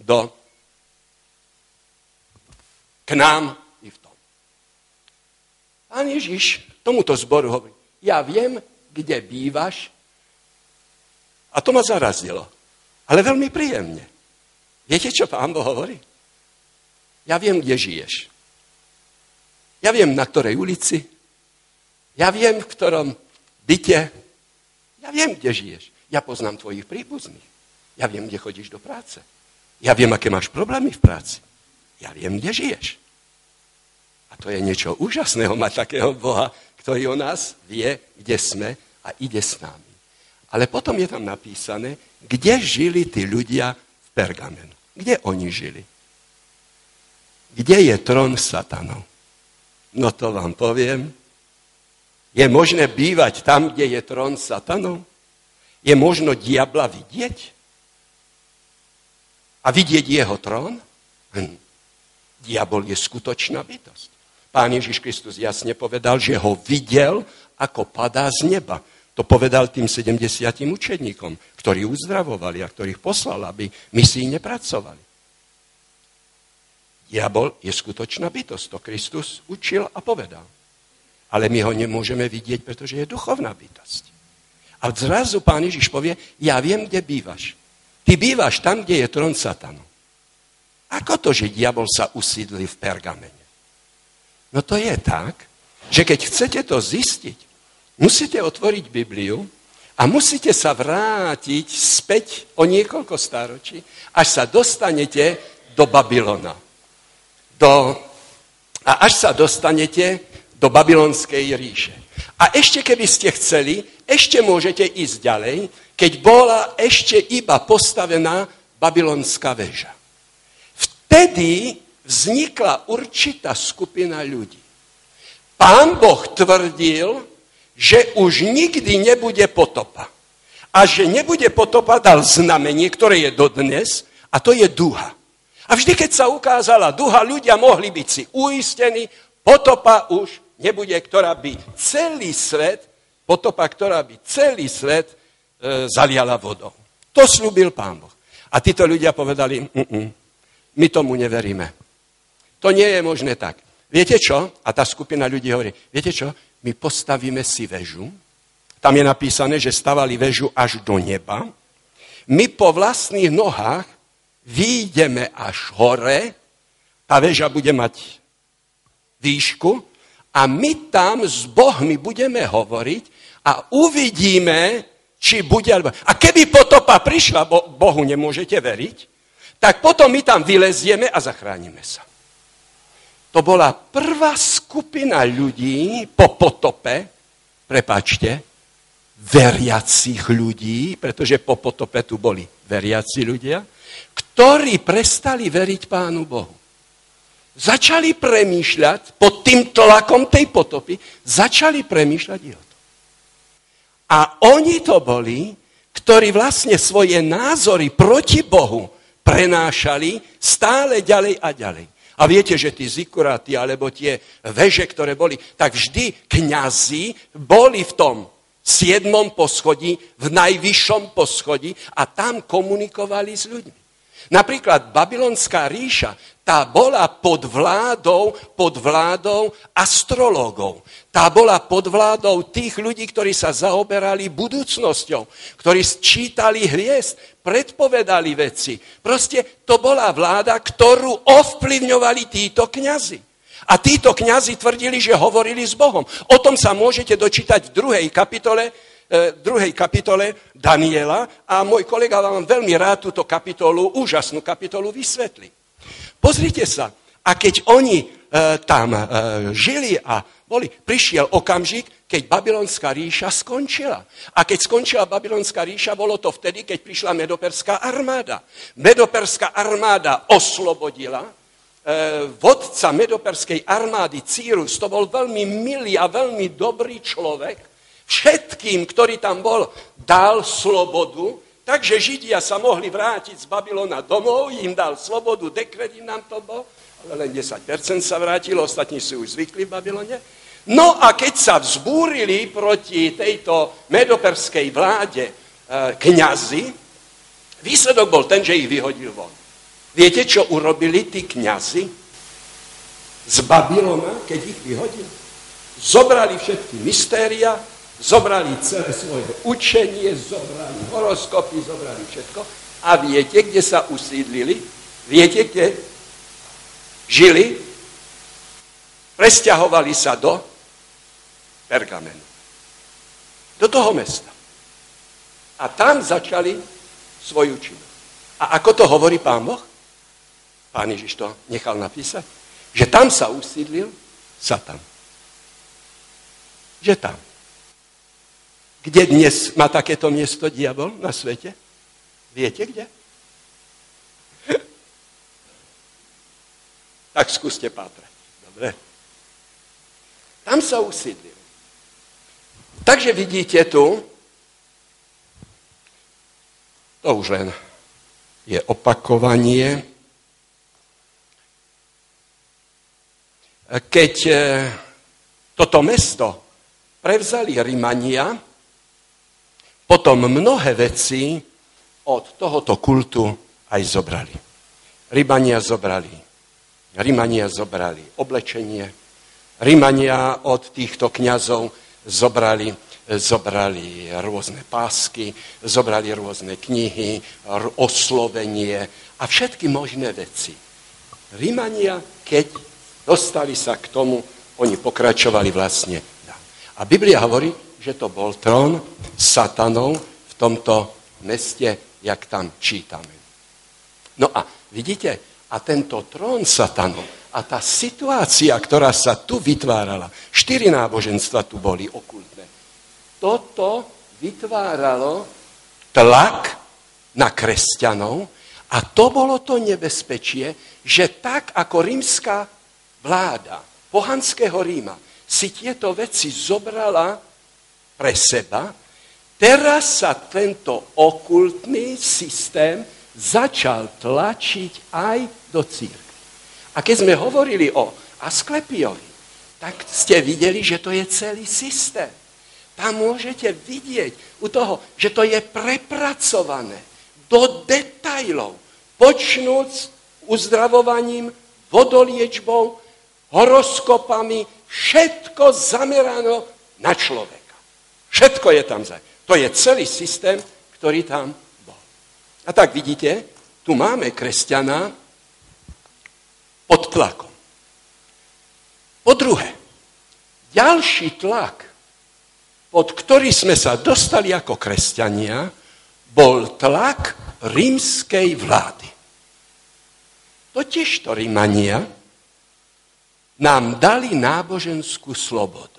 k nám i v tom. Pán Ježiš tomuto zboru hovorí, ja viem, kde bývaš, a to ma zarazilo, ale veľmi príjemne. Viete, čo Pán Boh hovorí? Ja viem, kde žiješ. Ja viem, na ktorej ulici. Ja viem, v ktorom byte. Ja viem, kde žiješ. Ja poznám tvojich príbuzných. Ja viem, kde chodíš do práce. Ja viem, aké máš problémy v práci. Ja viem, kde žiješ. A to je niečo úžasného mať takého Boha, ktorý o nás vie, kde sme a ide s nami. Ale potom je tam napísané, kde žili tí ľudia v Pergamenu. Kde oni žili? Kde je trón satanov? No to vám poviem. Je možné bývať tam, kde je trón satanov? Je možno diabla vidieť? A vidieť jeho trón? Diabol je skutočná bytosť. Pán Ježiš Kristus jasne povedal, že ho videl, ako padá z neba. To povedal tým 70 učedníkom, ktorí uzdravovali a ktorých poslal, aby misijne pracovali. Diabol je skutočná bytosť, to Kristus učil a povedal. Ale my ho nemôžeme vidieť, pretože je duchovná bytosť. A zrazu Pán Ježiš povie, ja viem, kde bývaš. Ty bývaš tam, kde je trón satanu. Ako to, že diabol sa usídli v Pergamene? No to je tak, že keď chcete to zistiť, musíte otvoriť Bibliu a musíte sa vrátiť späť o niekoľko stáročí, až sa dostanete do Babylona. A až sa dostanete do Babylonskej ríše. A ešte keby ste chceli, ešte môžete ísť ďalej, keď bola ešte iba postavená babylonská väža. Vtedy vznikla určitá skupina ľudí. Pán Boh tvrdil, že už nikdy nebude potopa. A že nebude potopa, dal znamenie, ktoré je dodnes, a to je duha. A vždy, keď sa ukázala duha, ľudia mohli byť si uistení, potopa už nebude, ktorá by celý svet zaliala vodou. To sľúbil Pán Boh. A títo ľudia povedali, my tomu neveríme. To nie je možné tak. Viete čo? A tá skupina ľudí hovorí, viete čo? My postavíme si väžu. Tam je napísané, že stavali väžu až do neba. My po vlastných nohách výjdeme až hore, tá väža bude mať výšku a my tam s Bohmi budeme hovoriť a uvidíme, či bude... A keby potopa prišla, Bohu nemôžete veriť, tak potom my tam vylezieme a zachránime sa. To bola prvá skupina ľudí po potope, prepáčte, veriacich ľudí, pretože po potope tu boli veriaci ľudia, ktorí prestali veriť Pánu Bohu. Začali premýšľať pod tým tlakom tej potopy, začali premýšľať i o to. A oni to boli, ktorí vlastne svoje názory proti Bohu prenášali stále ďalej a ďalej. A viete, že tí zikuráty, alebo tie veže, ktoré boli, tak vždy kňazi boli v tom 7. poschodí, v najvyššom poschodí a tam komunikovali s ľuďmi. Napríklad Babylonská ríša, tá bola pod vládou astrológov. Tá bola pod vládou tých ľudí, ktorí sa zaoberali budúcnosťou, ktorí čítali hviezd, predpovedali veci. Proste to bola vláda, ktorú ovplyvňovali títo kňazi. A títo kňazi tvrdili, že hovorili s Bohom. O tom sa môžete dočítať v 2. kapitole 2. kapitole Daniela a môj kolega vám veľmi rád túto kapitolu, úžasnú kapitolu vysvetlí. Pozrite sa, a keď oni tam žili a prišiel okamžik, keď Babylonská ríša skončila. A keď skončila Babylonská ríša, bolo to vtedy, keď prišla Medoperská armáda. Medoperská armáda oslobodila vodca Medoperskej armády Cyrus, to bol veľmi milý a veľmi dobrý človek, všetkým, ktorý tam bol, dal slobodu, takže Židia sa mohli vrátiť z Babylona domov, im dal slobodu, dekret im nám to bol, ale len 10% sa vrátilo, ostatní si už zvykli v Babylone. No a keď sa vzbúrili proti tejto medoperskej vláde kňazi, výsledok bol ten, že ich vyhodil von. Viete, čo urobili tí kňazi z Babylona, keď ich vyhodil? Zobrali všetky mystéria, zobrali celé svoje učenie, zobrali horoskopy, zobrali všetko. A viete, kde sa usídlili? Viete, kde žili? Presťahovali sa do Pergamenu. Do toho mesta. A tam začali svoju činnosť. A ako to hovorí Pán Boh? Pán Ježiš to nechal napísať, že tam sa usídlil Satan. Že tam. Kde dnes má takéto miesto diabol na svete? Viete kde? Tak skúste pátrať. Dobre. Tam sa usídlil. Takže vidíte tu, to už len je opakovanie. Keď toto mesto prevzali Rimania, potom mnohé veci od tohoto kultu aj zobrali. Rimania zobrali oblečenie, Rimania od týchto kňazov zobrali rôzne pásky, zobrali rôzne knihy, oslovenie a všetky možné veci. Rimania, keď dostali sa k tomu, oni pokračovali vlastne. A Biblia hovorí, že to bol trón satanov v tomto meste, jak tam čítame. No a vidíte, a tento trón satanov a tá situácia, ktorá sa tu vytvárala, 4 náboženstva tu boli okultné, toto vytváralo tlak na kresťanov a to bolo to nebezpečie, že tak ako rímska vláda pohanského Ríma si tieto veci zobrala pre seba, teraz sa tento okultný systém začal tlačiť aj do cirkvi. A keď sme hovorili o Asklepiovi, tak ste videli, že to je celý systém. Tam môžete vidieť u toho, že to je prepracované do detailov, počnúc uzdravovaním, vodoliečbou, horoskopami, všetko zamerano na človeka. Všetko je tam. To je celý systém, ktorý tam bol. A tak vidíte, tu máme kresťana pod tlakom. Po druhé, ďalší tlak, pod ktorý sme sa dostali ako kresťania, bol tlak rímskej vlády. Totižto Rímania nám dali náboženskú slobodu.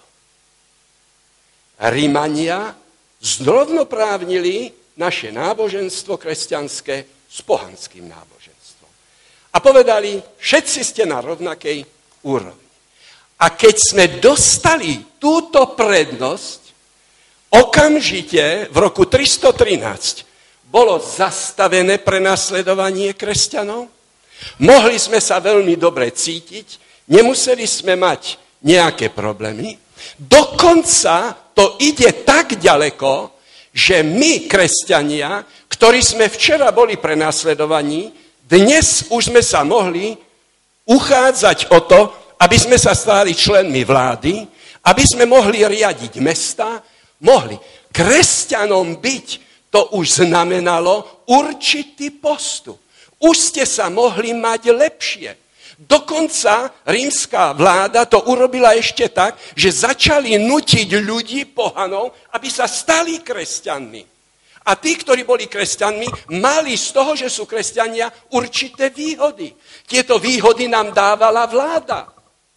Rímania zrovnoprávnili naše náboženstvo kresťanské s pohanským náboženstvom. A povedali, všetci ste na rovnakej úrovni. A keď sme dostali túto prednosť, okamžite v roku 313 bolo zastavené prenasledovanie kresťanov, mohli sme sa veľmi dobre cítiť, nemuseli sme mať nejaké problémy. Dokonca to ide tak ďaleko, že my, kresťania, ktorí sme včera boli prenasledovaní, dnes už sme sa mohli uchádzať o to, aby sme sa stali členmi vlády, aby sme mohli riadiť mesta, mohli. Kresťanom byť, to už znamenalo určitý postup. Už ste sa mohli mať lepšie. Dokonca rímska vláda to urobila ešte tak, že začali nutiť ľudí, pohanov, aby sa stali kresťanmi. A tí, ktorí boli kresťanmi, mali z toho, že sú kresťania, určité výhody. Tieto výhody nám dávala vláda.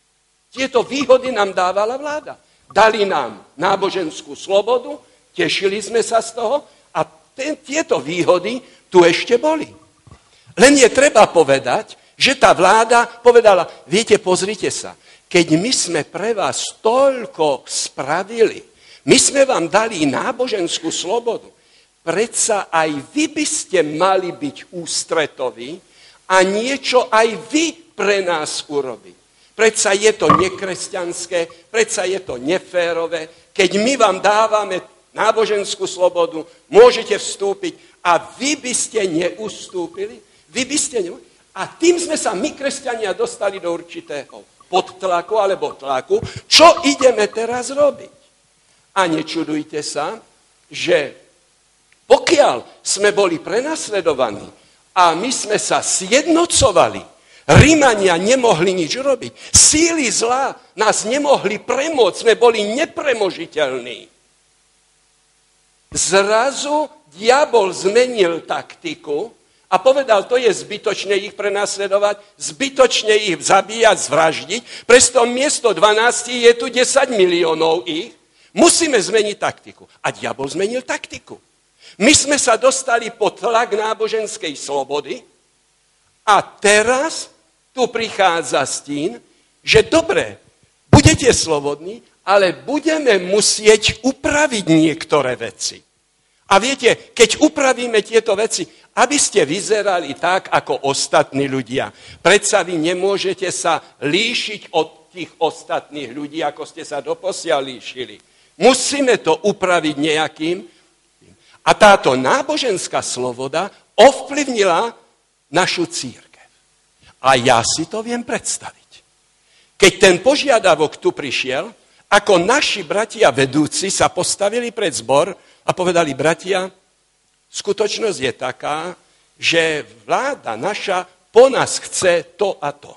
Dali nám náboženskú slobodu, tešili sme sa z toho a tieto výhody tu ešte boli. Len je treba povedať, že tá vláda povedala, viete, pozrite sa, keď my sme pre vás toľko spravili, my sme vám dali náboženskú slobodu, predsa aj vy by ste mali byť ústretoví a niečo aj vy pre nás urobiť. Predsa je to nekresťanské, predsa je to neférové, keď my vám dávame náboženskú slobodu, môžete vstúpiť a vy by ste neustúpili, A tým sme sa my, kresťania, dostali do určitého podtlaku alebo tlaku. Čo ideme teraz robiť? A nečudujte sa, že pokiaľ sme boli prenasledovaní a my sme sa zjednocovali, Rímania nemohli nič robiť. Síly zla nás nemohli premôcť, sme boli nepremožiteľní. Zrazu diabol zmenil taktiku a povedal, to je zbytočné ich prenasledovať, zbytočne ich zabíjať, zvraždiť. Preto miesto 12 je tu 10 miliónov ich. Musíme zmeniť taktiku. A diabol zmenil taktiku. My sme sa dostali pod tlak náboženskej slobody a teraz tu prichádza s tým, že dobre, budete slobodní, ale budeme musieť upraviť niektoré veci. A viete, keď upravíme tieto veci, aby ste vyzerali tak, ako ostatní ľudia. Predsa vy nemôžete sa líšiť od tých ostatných ľudí, ako ste sa doposiaľ líšili. Musíme to upraviť nejakým. A táto náboženská sloboda ovplyvnila našu cirkev. A ja si to viem predstaviť. Keď ten požiadavok tu prišiel, ako naši bratia vedúci sa postavili pred zbor a povedali, bratia, skutočnosť je taká, že vláda naša po nás chce to a to.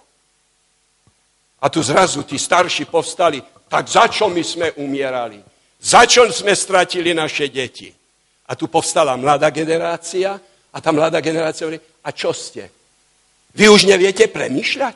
A tu zrazu tí starší povstali, tak za čo my sme umierali? Za čo sme stratili naše deti? A tu povstala mladá generácia a tá mladá generácia hovorí, a čo ste? Vy už neviete premýšľať?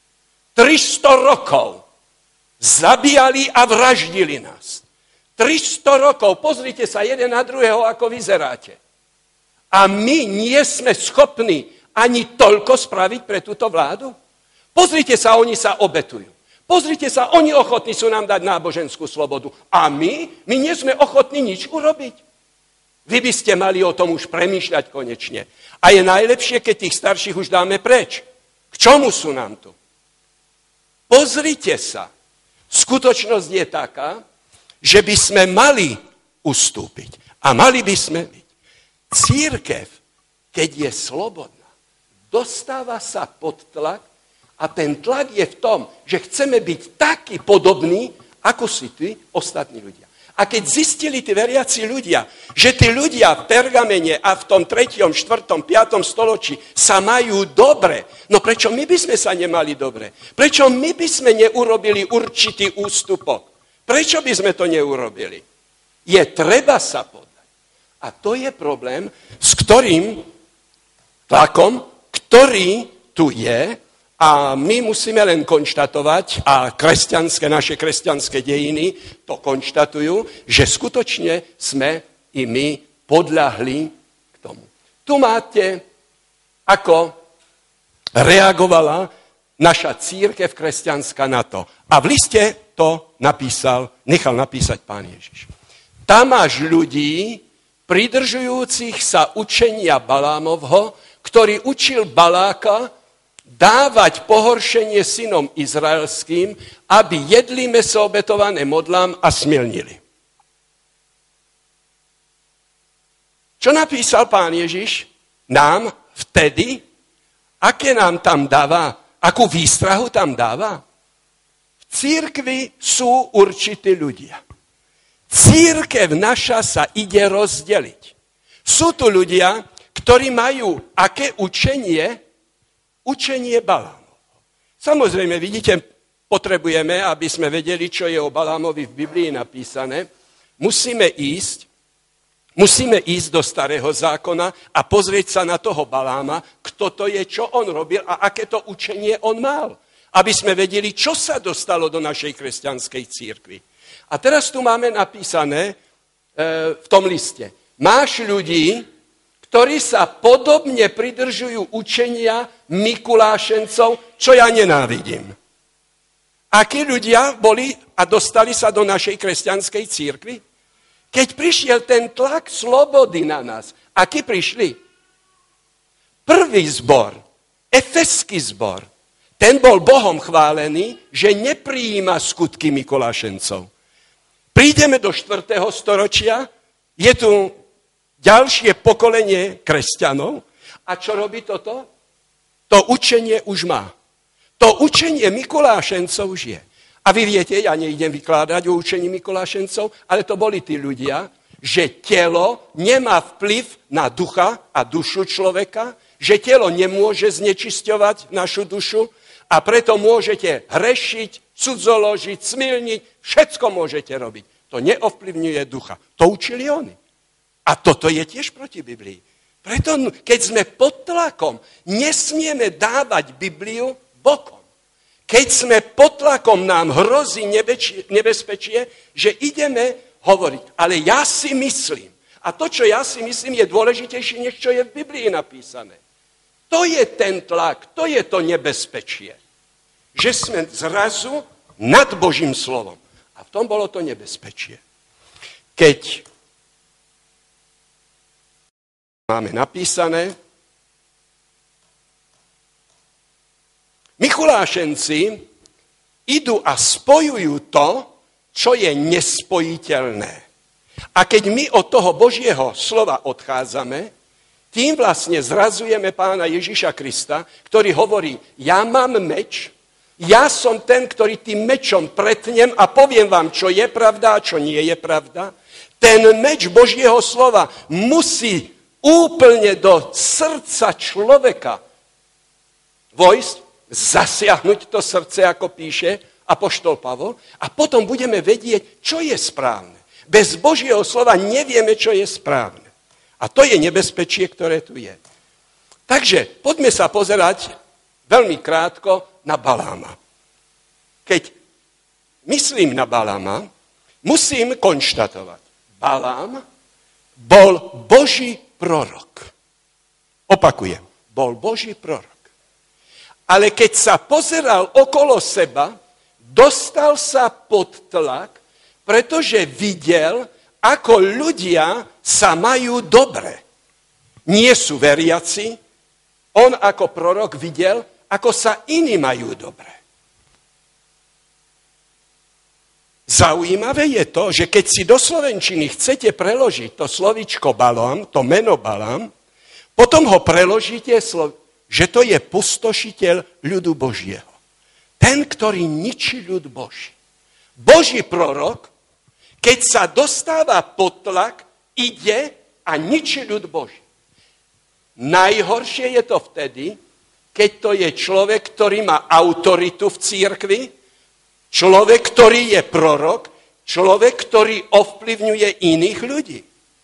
300 rokov zabíjali a vraždili nás. 300 rokov, pozrite sa jeden na druhého, ako vyzeráte. A my nie sme schopní ani toľko spraviť pre túto vládu? Pozrite sa, oni sa obetujú. Pozrite sa, oni ochotní sú nám dať náboženskú slobodu. A my nie sme ochotní nič urobiť. Vy by ste mali o tom už premýšľať konečne. A je najlepšie, keď tých starších už dáme preč. K čomu sú nám tu? Pozrite sa. Skutočnosť je taká, že by sme mali ustúpiť. A mali by sme byť. Cirkev, keď je slobodná, dostáva sa pod tlak a ten tlak je v tom, že chceme byť takí podobní, ako si tí ostatní ľudia. A keď zistili tí veriaci ľudia, že tí ľudia v Pergamene a v tom 3., 4., 5. storočí sa majú dobre, no prečo my by sme sa nemali dobre? Prečo my by sme neurobili určitý ústupok? Prečo by sme to neurobili? Je treba sa podať. A to je problém, s ktorým tlakom, ktorý tu je, a my musíme len konštatovať, a naše kresťanské dejiny to konštatujú, že skutočne sme i my podľahli k tomu. Tu máte, ako reagovala naša cirkev kresťanská na to. A v liste to nechal napísať Pán Ježiš. Tam máš ľudí, pridržujúcich sa učenia Balámovho, ktorý učil Baláka dávať pohoršenie synom izraelským, aby jedli mäso obetované modlám a smilnili. Čo napísal Pán Ježiš nám vtedy? Aké nám tam dáva? Akú výstrahu tam dáva? V cirkvi sú určití ľudia. Cirkev naša sa ide rozdeliť. Sú tu ľudia, ktorí majú aké učenie? Učenie Balámovo. Samozrejme, vidíte, potrebujeme, aby sme vedeli, čo je o Balámovi v Biblii napísané. Musíme ísť do Starého zákona a pozrieť sa na toho Baláma, kto to je, čo on robil a aké to učenie on mal. Aby sme vedeli, čo sa dostalo do našej kresťanskej cirkvi. A teraz tu máme napísané v tom liste. Máš ľudí, ktorí sa podobne pridržujú učenia Mikulášencov, čo ja nenávidím. Akí ľudia boli a dostali sa do našej kresťanskej cirkvi? Keď prišiel ten tlak slobody na nás, akí prišli? Prvý zbor, efeský zbor, ten bol Bohom chválený, že neprijíma skutky Mikulášencov. Prídeme do 4. storočia, je tu ďalšie pokolenie kresťanov a čo robí toto? To učenie už má. To učenie Mikulášencov už je. A vy viete, ja neidem vykladať o učení Mikulášencov, ale to boli tí ľudia, že telo nemá vplyv na ducha a dušu človeka, že telo nemôže znečisťovať našu dušu a preto môžete hrešiť, cudzoložiť, smilniť, všetko môžete robiť. To neovplyvňuje ducha. To učili oni. A toto je tiež proti Biblii. Preto, keď sme pod tlakom, nesmieme dávať Bibliu bokom. Keď sme pod tlakom, nám hrozí nebezpečie, že ideme hovoriť. Ale ja si myslím, a to, čo ja si myslím, je dôležitejšie, než čo je v Biblii napísané. To je ten tlak, to je to nebezpečie. Že sme zrazu nad Božím slovom. A v tom bolo to nebezpečie. Keď máme napísané, Mikulášenci idú a spojujú to, čo je nespojiteľné. A keď my od toho Božieho slova odchádzame, tým vlastne zrazujeme Pána Ježiša Krista, ktorý hovorí, ja mám meč, ja som ten, ktorý tým mečom pretnem a poviem vám, čo je pravda a čo nie je pravda. Ten meč Božieho slova musí úplne do srdca človeka vojsť, zasiahnuť to srdce, ako píše apoštol Pavol, a potom budeme vedieť, čo je správne. Bez Božieho slova nevieme, čo je správne. A to je nebezpečie, ktoré tu je. Takže poďme sa pozerať veľmi krátko na Baláma. Keď myslím na Baláma, musím konštatovať. Balám bol Boží prorok. Opakujem, bol Boží prorok. Ale keď sa pozeral okolo seba, dostal sa pod tlak, pretože videl, ako ľudia sa majú dobre. Nie sú veriaci, on ako prorok videl, ako sa iní majú dobre. Zaujímavé je to, že keď si do slovenčiny chcete preložiť to slovíčko Balám, to meno Balám, potom ho preložíte že to je pustošiteľ ľudu Božieho. Ten, ktorý ničí ľud Boží. Boží prorok, keď sa dostáva pod tlak, ide a ničí ľud Boží. Najhoršie je to vtedy, keď to je človek, ktorý má autoritu v cirkvi, človek, ktorý je prorok, človek, ktorý ovplyvňuje iných ľudí.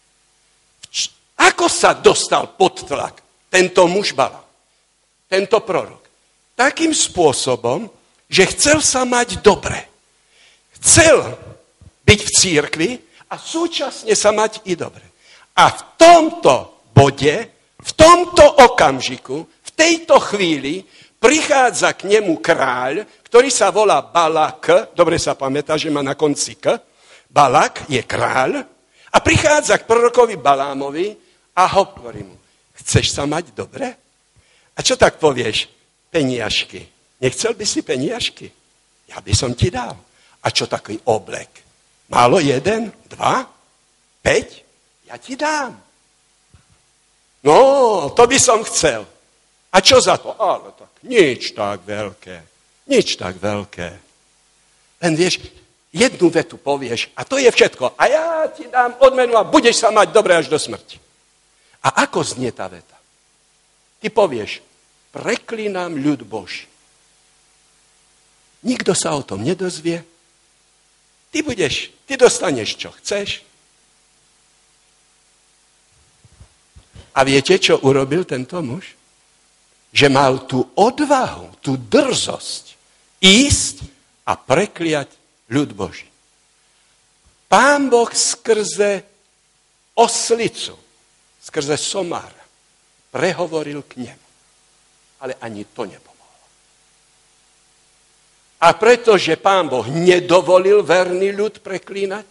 Ako sa dostal pod tlak tento muž Balám? Tento prorok. Takým spôsobom, že chcel sa mať dobre. Chcel byť v cirkvi a súčasne sa mať i dobre. A v tomto bode, v tomto okamžiku, v tejto chvíli prichádza k nemu kráľ, ktorý sa volá Balak, dobre sa pamätá, že má na konci K, Balak je kráľ, a prichádza k prorokovi Balámovi a hovorí mu, chceš sa mať dobre? A čo tak povieš? Peniažky. Nechcel by si peniažky? Ja by som ti dal. A čo taký oblek? Málo 1, 2, 5? Ja ti dám. No, to by som chcel. A čo za to? Ale tak, nič tak veľké. Nič tak veľké. Len vieš, jednu vetu povieš a to je všetko. A ja ti dám odmenu a budeš sa mať dobre až do smrti. A ako znie tá veta? Ty povieš, preklínam ľud Boží. nikto sa o tom nedozvie, ty dostaneš, čo chceš. A viete, čo urobil tento muž? Že mal tú odvahu, tú drzosť ísť a prekliať ľud Boží. Pán Boh skrze oslicu, skrze somára prehovoril k nemu. Ale ani to nepomohlo. A pretože Pán Boh nedovolil verný ľud preklínať,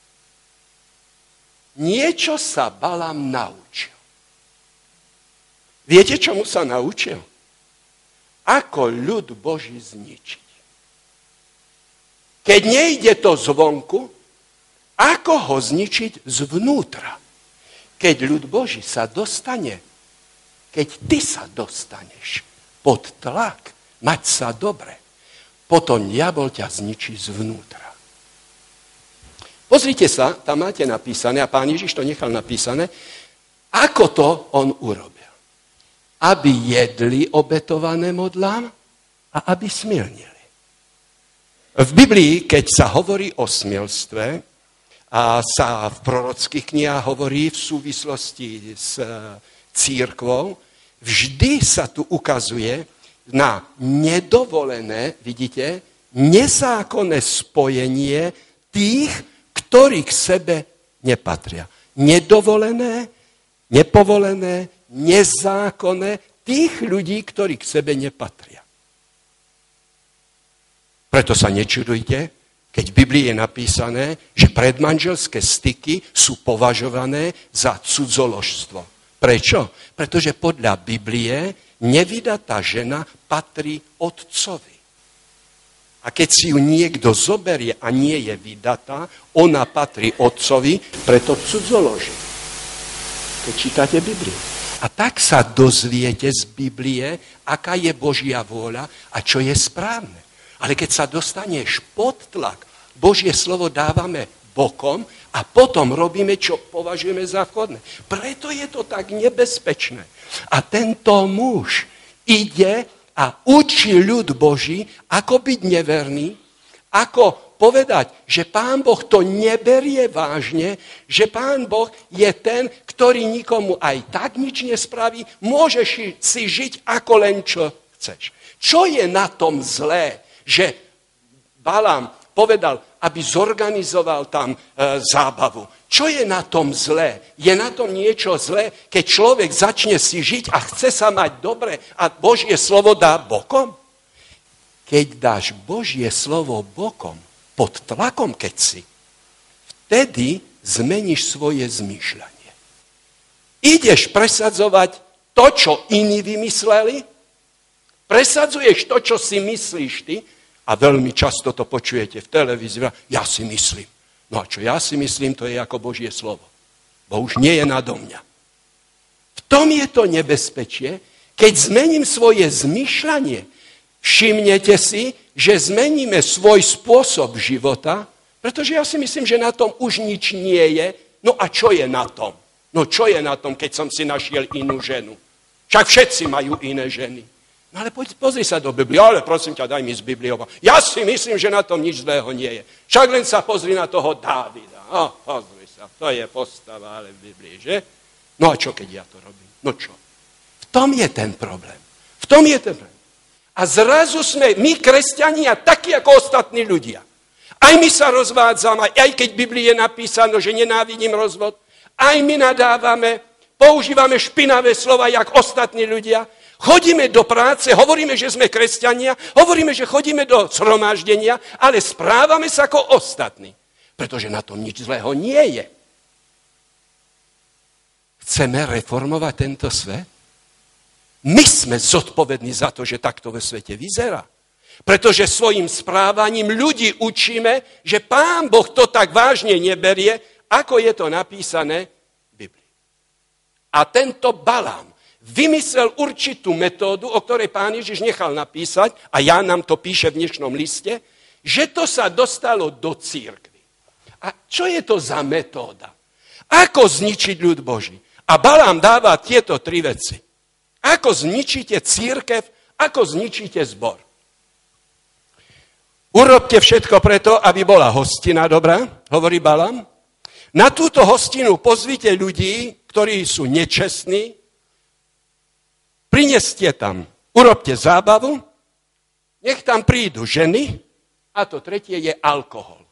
niečo sa Balam naučil. Viete, čomu sa naučil? Ako ľud Boží zničiť. Keď nejde to zvonku, ako ho zničiť zvnútra. Keď ľud Boží sa dostane, keď ty sa dostaneš pod tlak, mať sa dobre, potom diabol ťa zničí zvnútra. Pozrite sa, tam máte napísané, a Pán Ježiš to nechal napísané, ako to on urobil. Aby jedli obetované modlám a aby smilnili. V Biblii, keď sa hovorí o smilstve, a sa v prorockých knihách hovorí v súvislosti s cirkvou, vždy sa tu ukazuje na nedovolené, vidíte, nezákonné spojenie tých, ktorí k sebe nepatria. Nedovolené, nepovolené, nezákonné tých ľudí, ktorí k sebe nepatria. Preto sa nečudujte, keď v Biblii je napísané, že predmanželské styky sú považované za cudzoložstvo. Prečo? Pretože podľa Biblie nevydatá žena patrí otcovi. A keď si ju niekto zoberie a nie je vydatá, ona patrí otcovi, preto cudzoloží. Keď čítate Bibliu. A tak sa dozviete z Biblie, aká je Božia vôľa a čo je správne. Ale keď sa dostaneš pod tlak, Božie slovo dávame bokom a potom robíme, čo považujeme za vhodné. Preto je to tak nebezpečné. A tento muž ide a učí ľud Boží, ako byť neverný, ako povedať, že Pán Boh to neberie vážne, že Pán Boh je ten, ktorý nikomu aj tak nič nespraví, môžeš si žiť ako len čo chceš. Čo je na tom zlé, že Balám povedal, aby zorganizoval tam zábavu? Čo je na tom zlé? Je na tom niečo zlé, keď človek začne si žiť a chce sa mať dobre a Božie slovo dá bokom? Keď dáš Božie slovo bokom, pod tlakom keď si, vtedy zmeníš svoje zmýšľanie. Ideš presadzovať to, čo iní vymysleli, presadzuješ to, čo si myslíš ty, a veľmi často to počujete v televízii, ja si myslím. No a čo ja si myslím, to je ako Božie slovo. Bo už nie je nado mňa. V tom je to nebezpečie, keď zmením svoje zmýšľanie. Všimnete si, že zmeníme svoj spôsob života, pretože ja si myslím, že na tom už nič nie je. No a čo je na tom? No čo je na tom, keď som si našiel inú ženu? Však všetci majú iné ženy. No ale pozri sa do Biblie, ale prosím ťa, daj mi z Biblie. Ja si myslím, že na tom nič zlého nie je. Však len sa pozri na toho Dávida. Pozri sa, to je postava, ale v Biblii, že? No a čo, keď ja to robím? No čo? V tom je ten problém. V tom je ten problém. A zrazu sme my, kresťania, takí ako ostatní ľudia. Aj my sa rozvádzame, aj keď v Biblii je napísané, že nenávidím rozvod, aj my nadávame, používame špinavé slova, jak ostatní ľudia. Chodíme do práce, hovoríme, že sme kresťania, hovoríme, že chodíme do zhromaždenia, ale správame sa ako ostatní. Pretože na tom nič zlého nie je. Chceme reformovať tento svet? My sme zodpovední za to, že takto ve svete vyzerá. Pretože svojim správaním ľudí učíme, že Pán Boh to tak vážne neberie, ako je to napísané v Biblii. A tento Balám vymyslel určitú metódu, o ktorej Pán Ježiš nechal napísať, a Ján nám to píše v dnešnom liste, že to sa dostalo do cirkvi. A čo je to za metóda? Ako zničiť ľud Boží? A Balám dáva tieto tri veci. Ako zničíte cirkev, ako zničíte zbor. Urobte všetko preto, aby bola hostina dobrá, hovorí Balam. Na túto hostinu pozvite ľudí, ktorí sú nečestní, prineste tam, urobte zábavu, nech tam prídu ženy a to tretie je alkohol.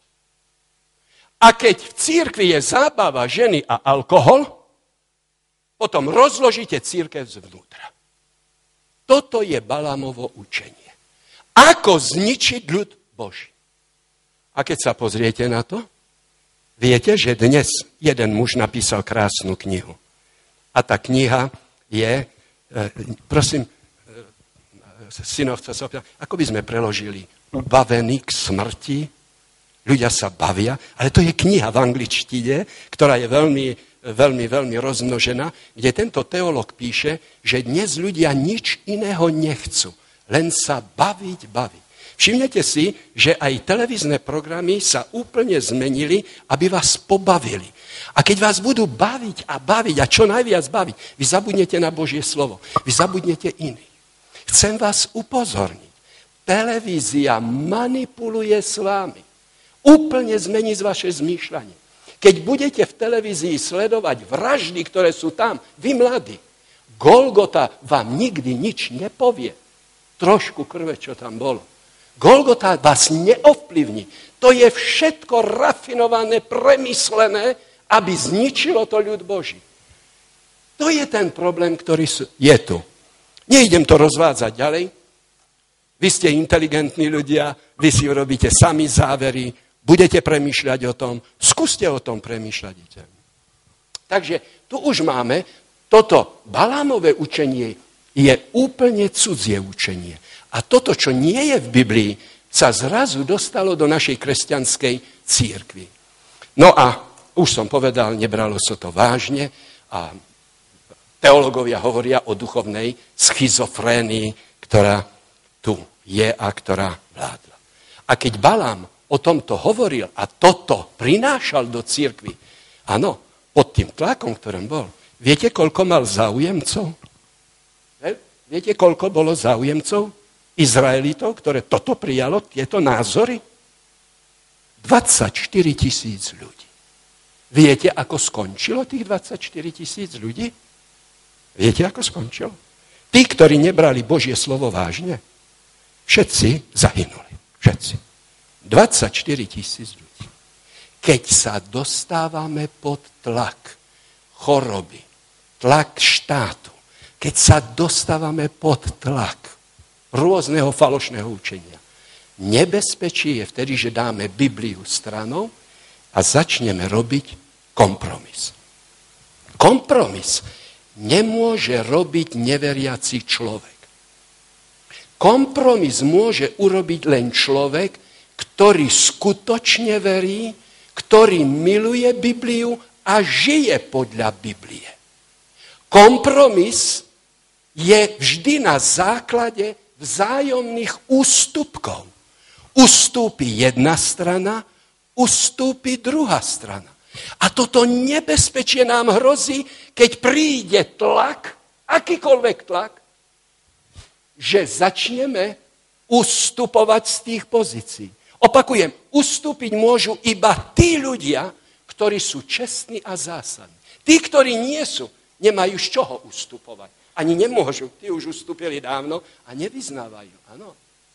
A keď v cirkvi je zábava ženy a alkohol, potom rozložíte cirkev zvnútra. Toto je Balamovo učenie. Ako zničiť ľud Boží. A keď sa pozriete na to, viete, že dnes jeden muž napísal krásnu knihu. A tá kniha je, prosím, synovca sa opýta, ako by sme preložili, ubavený k smrti, ľudia sa bavia, ale to je kniha v angličtine, ktorá je veľmi rozmnožená, kde tento teológ píše, že dnes ľudia nič iného nechcú, len sa baviť. Všimnete si, že aj televízne programy sa úplne zmenili, aby vás pobavili. A keď vás budú baviť a čo najviac baviť, vy zabudnete na Božie slovo, vy zabudnete iných. Chcem vás upozorniť. Televízia manipuluje s vámi. Úplne zmení vaše zmýšľanie. Keď budete v televízii sledovať vraždy, ktoré sú tam, vy mladí, Golgota vám nikdy nič nepovie. Trošku krve, čo tam bolo. Golgota vás neovplyvní. To je všetko rafinované, premyslené, aby zničilo to ľud Boží. To je ten problém, ktorý je tu. Neidem to rozvádzať ďalej. Vy ste inteligentní ľudia, vy si urobíte sami závery, budete premýšľať o tom, skúste o tom premýšľať. Takže tu už máme, toto Balámové učenie je úplne cudzie učenie. A toto, čo nie je v Biblii, sa zrazu dostalo do našej kresťanskej cirkvi. No a už som povedal, nebralo sa to vážne a teológovia hovoria o duchovnej schizofrénii, ktorá tu je a ktorá vládla. A keď Balám o tomto hovoril a toto prinášal do cirkvi, áno, pod tým tlakom, ktorým bol, viete, koľko mal záujemcov? Viete, koľko bolo záujemcov? Izraelitov, ktoré toto prijalo, tieto názory? 24 000 ľudí. Viete, ako skončilo tých 24 000 ľudí? Viete, ako skončilo? Tí, ktorí nebrali Božie slovo vážne, všetci zahynuli. Všetci. 24 000 ľudí. Keď sa dostávame pod tlak choroby, tlak štátu, keď sa dostávame pod tlak rôzneho falošného učenia, nebezpečí je vtedy, že dáme Bibliu stranou a začneme robiť kompromis. Kompromis nemôže robiť neveriaci človek. Kompromis môže urobiť len človek, ktorý skutočne verí, ktorý miluje Bibliu a žije podľa Biblie. Kompromis je vždy na základe vzájomných ústupkov. Ustúpi jedna strana, ustúpi druhá strana. A toto nebezpečie nám hrozí, keď príde tlak, akýkoľvek tlak, že začneme ustupovať z tých pozícií. Opakujem, ustúpiť môžu iba tí ľudia, ktorí sú čestní a zásadní. Tí, ktorí nie sú, nemajú z čoho ustupovať. Ani nemôžu, tí už ustúpili dávno a nevyznávajú. Áno.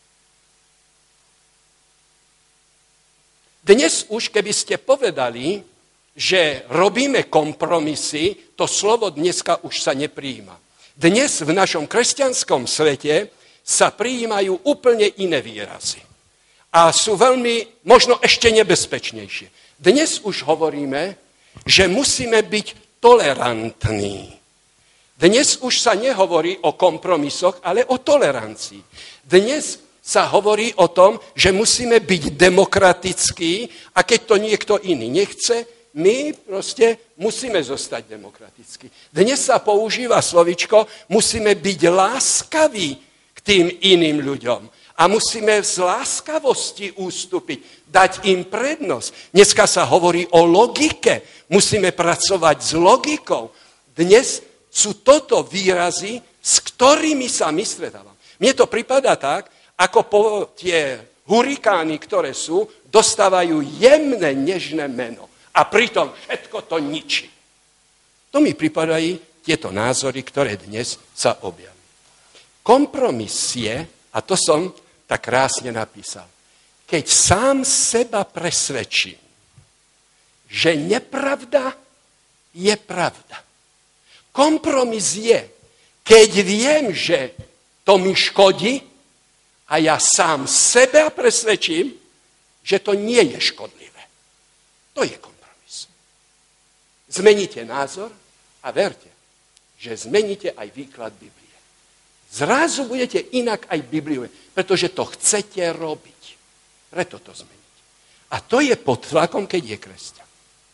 Dnes už, keby ste povedali, že robíme kompromisy, to slovo dneska už sa neprijíma. Dnes v našom kresťanskom svete sa prijímajú úplne iné výrazy. A sú veľmi, možno ešte nebezpečnejšie. Dnes už hovoríme, že musíme byť tolerantní. Dnes už sa nehovorí o kompromisoch, ale o tolerancii. Dnes sa hovorí o tom, že musíme byť demokratickí a keď to niekto iný nechce, my proste musíme zostať demokratickí. Dnes sa používa slovičko, musíme byť láskaví k tým iným ľuďom. A musíme z láskavosti ústupiť, dať im prednosť. Dneska sa hovorí o logike. Musíme pracovať s logikou. Dnes sú toto výrazy, s ktorými sa my stretávam. Mne to pripadá tak, ako tie hurikány, ktoré sú, dostávajú jemné, nežné meno. A pritom všetko to ničí. To mi pripadajú tieto názory, ktoré dnes sa objavili. Kompromis je, a to som tak krásne napísal, keď sám seba presvedčím, že nepravda je pravda. Kompromis je, keď viem, že to mi škodí a ja sám seba presvedčím, že to nie je škodlivé. To je kompromis. Zmeníte názor a verte, že zmeníte aj výklad Biblie. Zrazu budete inak aj Bibliu, pretože to chcete robiť. Preto to zmeníte. A to je pod tlakom, keď je kresťan.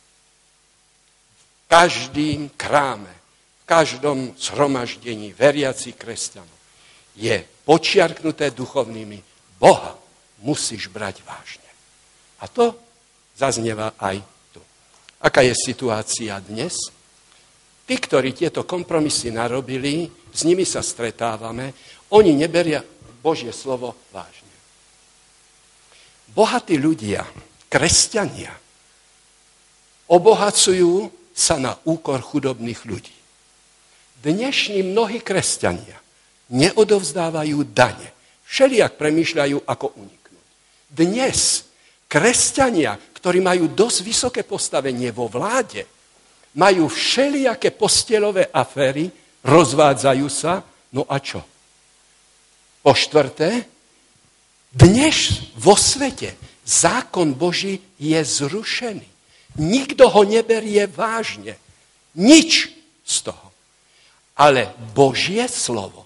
V každým kráme, v každom zhromaždení veriacich kresťanov je počiarknuté duchovnými: Boha musíš brať vážne. A to zaznieva aj tu. Aká je situácia dnes? Tí, ktorí tieto kompromisy narobili, s nimi sa stretávame, oni neberia Božie slovo vážne. Bohatí ľudia, kresťania, obohacujú sa na úkor chudobných ľudí. Dnešní mnohí kresťania neodovzdávajú dane. Všelijak premýšľajú, ako uniknúť. Dnes kresťania, ktorí majú dosť vysoké postavenie vo vláde, majú všelijaké posteľové aféry, rozvádzajú sa, no a čo? Po štvrté, dnes vo svete zákon Boží je zrušený. Nikto ho neberie vážne. Nič z toho. Ale Božie slovo,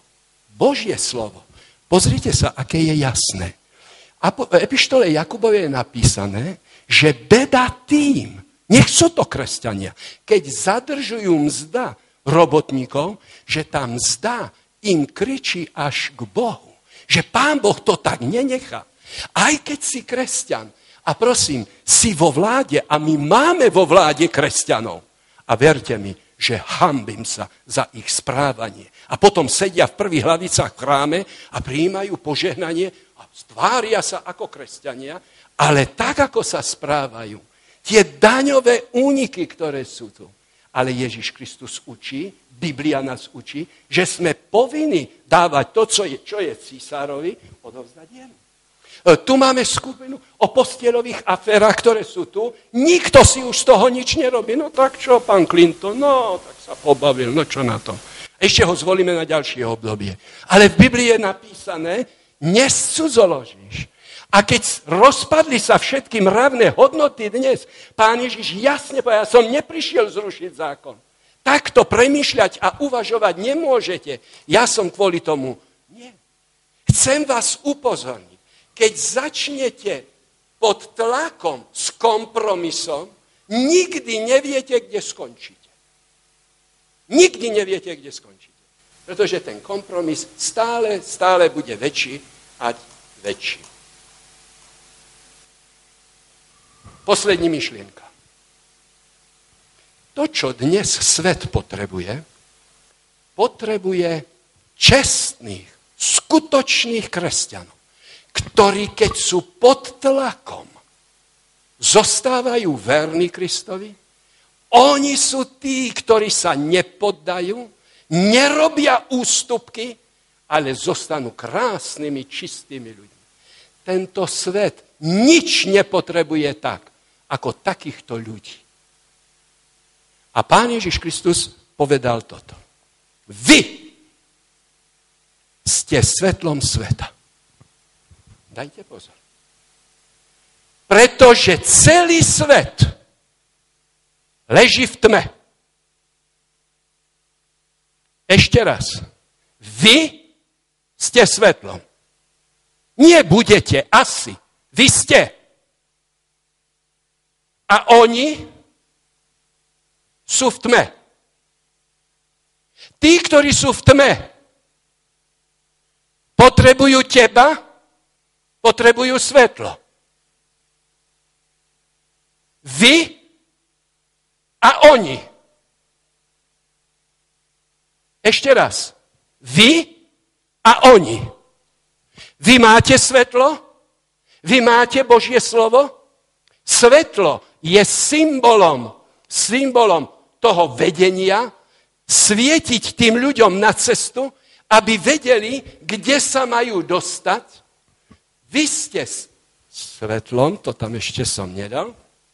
pozrite sa, aké je jasné. A v epištole Jakubovej je napísané, že beda tým, nech sú to kresťania, keď zadržujú mzda robotníkov, že tá mzda im kričí až k Bohu. Že Pán Boh to tak nenechá. Aj keď si kresťan. A prosím, si vo vláde a my máme vo vláde kresťanov. A verte mi, že hanbím sa za ich správanie. A potom sedia v prvých hlavicách v chráme a prijímajú požehnanie a stvária sa ako kresťania, ale tak, ako sa správajú. Tie daňové úniky, ktoré sú tu. Ale Ježiš Kristus učí, Biblia nás učí, že sme povinni dávať to, čo je císárovi, odovzdať jemu. Tu máme skupinu o postieľových aférach, ktoré sú tu. Nikto si už z toho nič nerobí. No tak čo, pán Clinton? No, tak sa pobavil. No čo na to? Ešte ho zvolíme na ďalšie obdobie. Ale v Biblii je napísané, nescudzoložíš. A keď rozpadli sa všetky mravné hodnoty dnes, Pán Ježiš jasne povedal, ja som neprišiel zrušiť zákon. Takto premýšľať a uvažovať nemôžete. Ja som kvôli tomu. Nie. Chcem vás upozorniť. Keď začnete pod tlakom s kompromisom, nikdy neviete, kde skončíte. Nikdy neviete, kde skončíte. Pretože ten kompromis stále bude väčší a väčší. Poslední myšlienka. To, čo dnes svet potrebuje čestných, skutočných kresťanov, ktorí, keď sú pod tlakom, zostávajú verní Kristovi. Oni sú tí, ktorí sa nepoddajú, nerobia ústupky, ale zostanú krásnymi, čistými ľuďmi. Tento svet nič nepotrebuje tak, ako takýchto ľudí. A Pán Ježiš Kristus povedal toto. Vy ste svetlom sveta. Dajte pozor. Pretože celý svet leží v tme. Ešte raz. Vy ste svetlom. Nie budete, asi. Vy ste. A oni sú v tme. Tí, ktorí sú v tme, potrebujú teba, potrebujú svetlo. Vy a oni. Ešte raz. Vy a oni. Vy máte svetlo, Vy máte Božie slovo? Svetlo je symbolom toho vedenia, svietiť tým ľuďom na cestu, aby vedeli, kde sa majú dostať. Vy ste svetlom, to tam ešte som nedal.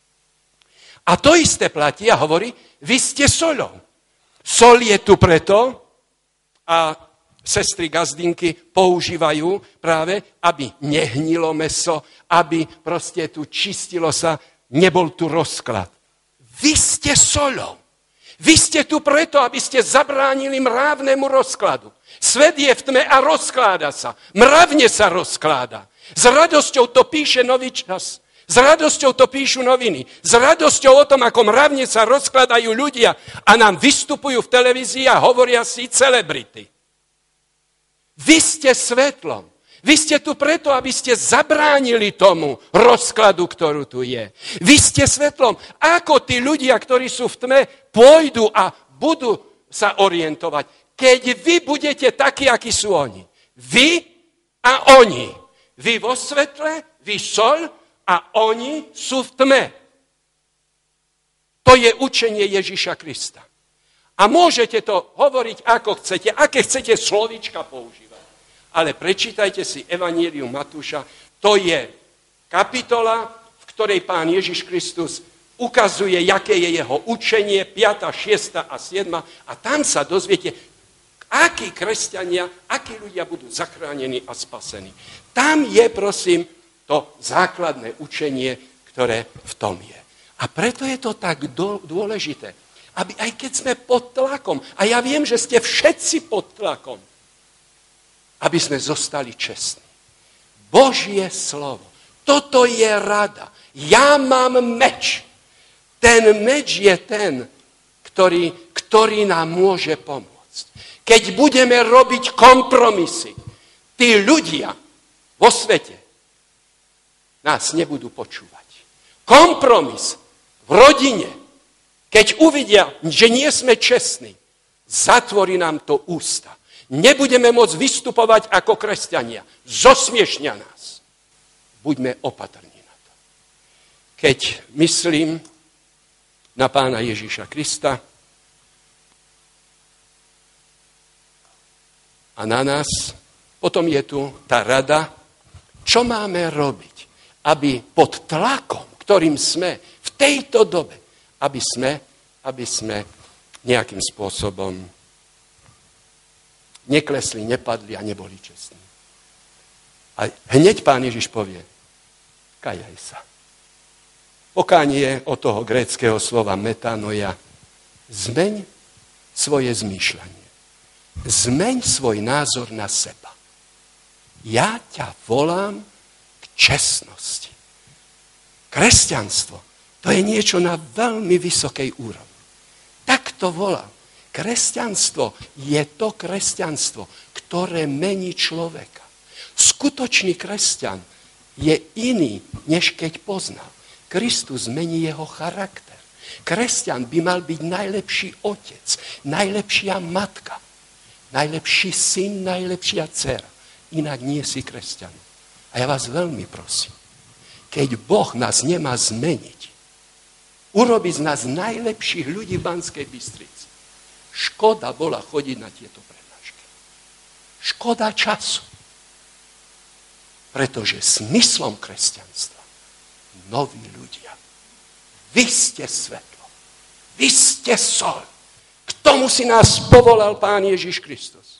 A to isté platí a hovorí, vy ste soľou. Sol je tu preto, a sestry gazdinky používajú práve, aby nehnilo mäso, aby proste tu čistilo sa, nebol tu rozklad. Vy ste soľou. Vy ste tu preto, aby ste zabránili mravnému rozkladu. Svet je v tme a rozkláda sa. Mravne sa rozkláda. S radosťou to píše Nový čas. S radosťou to píšu noviny. S radosťou o tom, ako mravne sa rozkladajú ľudia a nám vystupujú v televízii a hovoria si celebrity. Vy ste svetlom. Vy ste tu preto, aby ste zabránili tomu rozkladu, ktorú tu je. Vy ste svetlom. Ako tí ľudia, ktorí sú v tme, pôjdu a budú sa orientovať, keď vy budete takí, akí sú oni. Vy a oni. Vy vo svetle, vy soľ a oni sú v tme. To je učenie Ježiša Krista. A môžete to hovoriť, ako chcete, aké chcete slovíčka používať. Ale prečítajte si Evanjelium Matúša, to je kapitola, v ktorej Pán Ježiš Kristus ukazuje, jaké je jeho učenie, 5., 6. a 7. A tam sa dozviete, akí kresťania, akí ľudia budú zachránení a spasení. Tam je, prosím, to základné učenie, ktoré v tom je. A preto je to tak dôležité, aby aj keď sme pod tlakom, a ja viem, že ste všetci pod tlakom, aby sme zostali čestní. Božie slovo. Toto je rada. Ja mám meč. Ten meč je ten, ktorý nám môže pomôcť. Keď budeme robiť kompromisy, tí ľudia vo svete nás nebudú počúvať. Kompromis v rodine, keď uvidia, že nie sme čestní, zatvorí nám to ústa. Nebudeme môcť vystupovať ako kresťania. Zosmiešňa nás. Buďme opatrní na to. Keď myslím na Pána Ježiša Krista a na nás, potom je tu tá rada, čo máme robiť, aby pod tlakom, ktorým sme v tejto dobe, aby sme nejakým spôsobom neklesli, nepadli a neboli čestní. A hneď Pán Ježiš povie, kajaj sa. Pokánie od toho gréckeho slova metanoia. Zmeň svoje zmýšľanie. Zmeň svoj názor na seba. Ja ťa volám k čestnosti. Kresťanstvo, to je niečo na veľmi vysokej úrovni. Tak to volám. Kresťanstvo je to kresťanstvo, ktoré mení človeka. Skutočný kresťan je iný, než keď poznal. Kristus mení jeho charakter. Kresťan by mal byť najlepší otec, najlepšia matka, najlepší syn, najlepšia dcera. Inak nie si kresťan. A ja vás veľmi prosím, keď Boh nás nemá zmeniť, urobiť z nás najlepších ľudí v Banskej Bystrici, škoda bola chodiť na tieto prednášky. Škoda času. Pretože smyslom kresťanstva noví ľudia. Vy ste svetlo. Vy ste soľ. K tomu si nás povolal Pán Ježiš Kristus.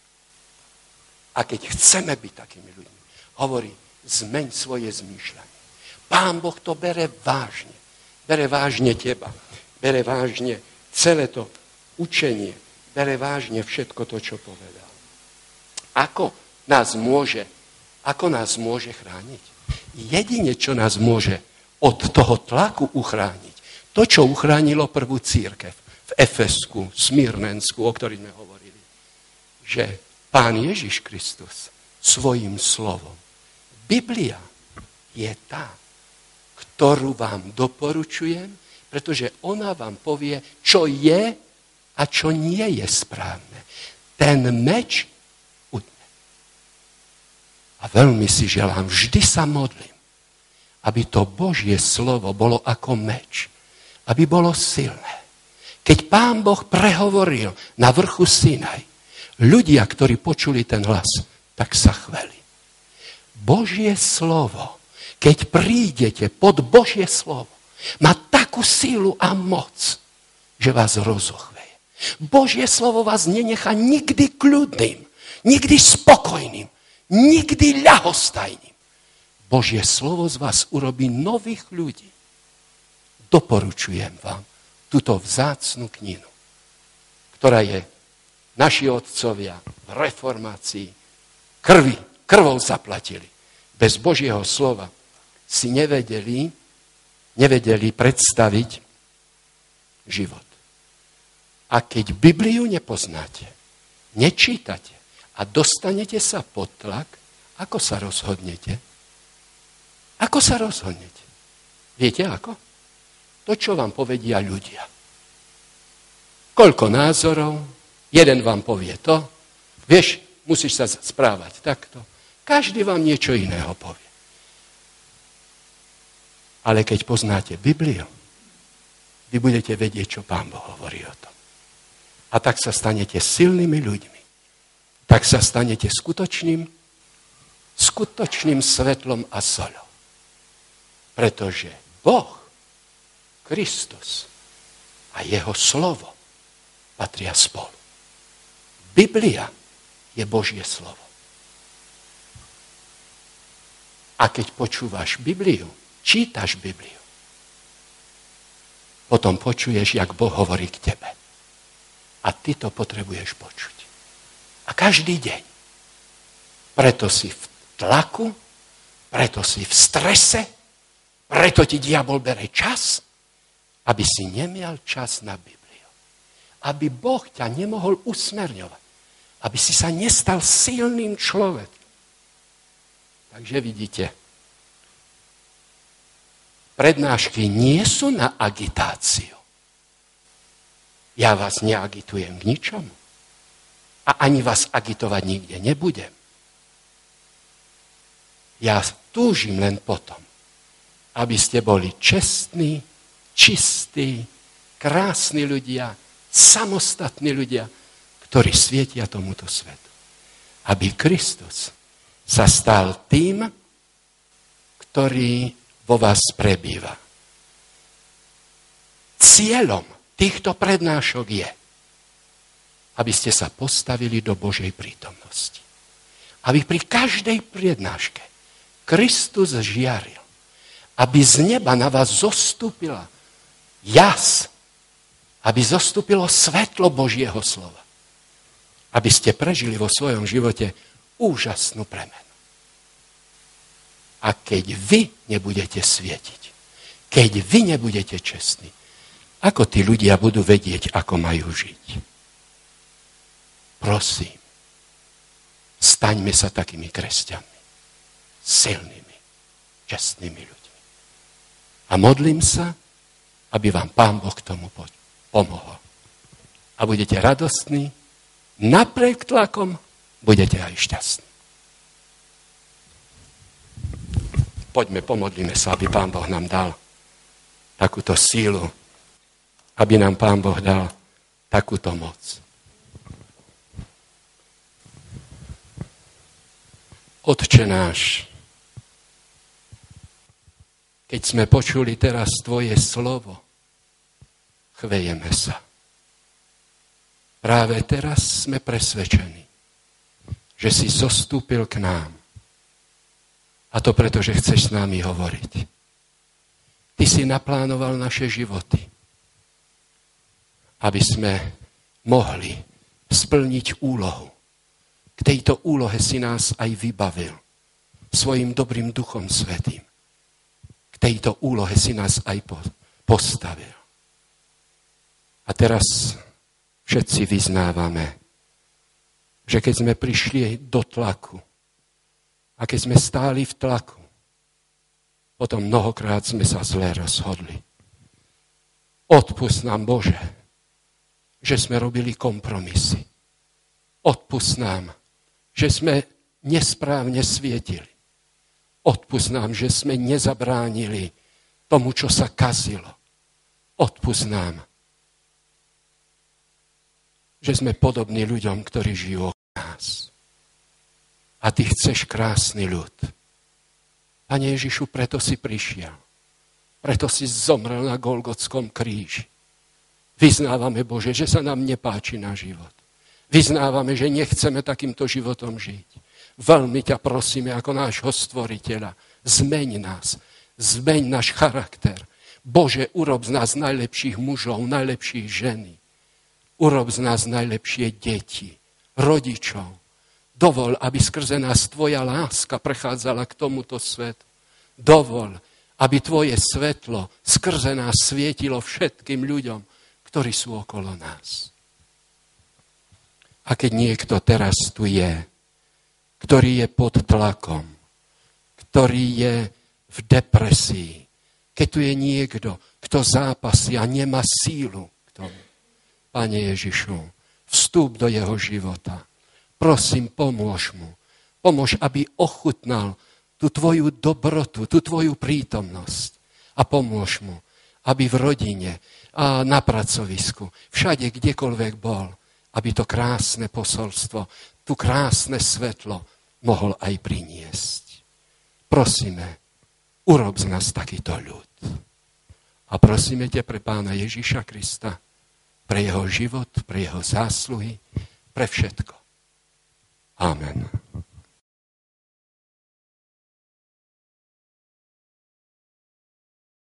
A keď chceme byť takými ľuďmi, hovorí, zmeň svoje zmýšľanie. Pán Boh to bere vážne. Bere vážne teba. Bere vážne celé to učenie, bere vážne všetko to, čo povedal. Ako nás môže chrániť? Jedine, čo nás môže od toho tlaku uchrániť, to, čo uchránilo prvú cirkev v Efesku, Smyrnensku, o ktorých sme hovorili, že Pán Ježiš Kristus svojím slovom, Biblia je tá, ktorú vám doporučujem, pretože ona vám povie, čo je a čo nie je správne. Ten meč utne. A veľmi si želám, vždy sa modlím, aby to Božie slovo bolo ako meč, aby bolo silné. Keď Pán Boh prehovoril na vrchu Sinaj, ľudia, ktorí počuli ten hlas, tak sa chveli. Božie slovo, keď prídete pod Božie slovo, má takú sílu a moc, že vás rozochveje. Božie slovo vás nenechá nikdy kľudným, nikdy spokojným, nikdy ľahostajným. Božie slovo z vás urobí nových ľudí. Doporučujem vám túto vzácnu knihu, ktorá je naši otcovia v reformácii krvou zaplatili. Bez Božieho slova si nevedeli predstaviť život. A keď Bibliu nepoznáte, nečítate a dostanete sa pod tlak, ako sa rozhodnete? Ako sa rozhodnete? Viete ako? To, čo vám povedia ľudia. Koľko názorov, jeden vám povie to, vieš, musíš sa správať takto. Každý vám niečo iného povie. Ale keď poznáte Bibliu, vy budete vedieť, čo Pán Boh hovorí o tom. A tak sa stanete silnými ľuďmi. Tak sa stanete skutočným svetlom a soľou. Pretože Boh, Kristus a jeho slovo patria spolu. Biblia je Božie slovo. A keď počúvaš Bibliu, čítaš Bibliu, potom počuješ, jak Boh hovorí k tebe. A ty to potrebuješ počuť. A každý deň. Preto si v tlaku, preto si v strese, preto ti diabol bere čas, aby si nemial čas na Bibliu. Aby Boh ťa nemohol usmerňovať. Aby si sa nestal silným človekom. Takže vidíte, prednášky nie sú na agitáciu. Ja vás neagitujem k ničomu. A ani vás agitovať nikde nebudem. Ja túžim len potom, aby ste boli čestní, čistí, krásni ľudia, samostatní ľudia, ktorí svietia tomuto svetu. Aby Kristus sa stal tým, ktorý vo vás prebýva. Cieľom týchto prednášok je, aby ste sa postavili do Božej prítomnosti. Aby pri každej prednáške Kristus žiaril. Aby z neba na vás zostúpila jas. Aby zostúpilo svetlo Božieho slova. Aby ste prežili vo svojom živote úžasnú premenu. A keď vy nebudete svietiť, keď vy nebudete čestní, ako tí ľudia budú vedieť, ako majú žiť? Prosím, staňme sa takými kresťanmi, silnými, čestnými ľuďmi. A modlím sa, aby vám Pán Boh k tomu pomohol. A budete radostní, napriek tlakom budete aj šťastní. Poďme, pomodlíme sa, aby Pán Boh nám dal takúto sílu, aby nám Pán Boh dal takúto moc. Otče náš, keď sme počuli teraz Tvoje slovo, chvejeme sa. Práve teraz sme presvedčení, že si zostúpil k nám. A to preto, že chceš s nami hovoriť. Ty si naplánoval naše životy, aby sme mohli splniť úlohu. K tejto úlohe si nás aj vybavil svojim dobrým Duchom Svätým. K tejto úlohe si nás aj postavil. A teraz všetci vyznávame, že keď sme prišli do tlaku a keď sme stáli v tlaku, potom mnohokrát sme sa zle rozhodli. Odpusť nám, Bože, že sme robili kompromisy. Odpusť nám, že sme nesprávne svietili. Odpusť nám, že sme nezabránili tomu, čo sa kazilo. Odpusť nám, že sme podobní ľuďom, ktorí žijú okolo nás. A ty chceš krásny ľud. Pane Ježišu, preto si prišiel. Preto si zomrel na Golgotskom kríži. Vyznávame, Bože, že sa nám nepáči na život. Vyznávame, že nechceme takýmto životom žiť. Veľmi ťa prosíme ako nášho stvoriteľa. Zmeň nás. Zmeň náš charakter. Bože, urob z nás najlepších mužov, najlepších ženy. Urob z nás najlepšie deti, rodičov. Dovol, aby skrze nás tvoja láska prechádzala k tomuto svetu. Dovol, aby tvoje svetlo skrze nás svietilo všetkým ľuďom, ktorí sú okolo nás. A keď niekto teraz tu je, ktorý je pod tlakom, ktorý je v depresii, keď tu je niekto, kto zápasí a nemá sílu k tomu, Pane Ježišu, vstúp do jeho života. Prosím, pomôž mu. Pomôž, aby ochutnal tú tvoju dobrotu, tú tvoju prítomnosť. A pomôž mu, aby v rodine a na pracovisku, všade, kdekoľvek bol, aby to krásne posolstvo, tu krásne svetlo mohol aj priniesť. Prosíme, urob z nás takýto ľud. A prosíme ťa pre Pána Ježiša Krista, pre jeho život, pre jeho zásluhy, pre všetko. Amen.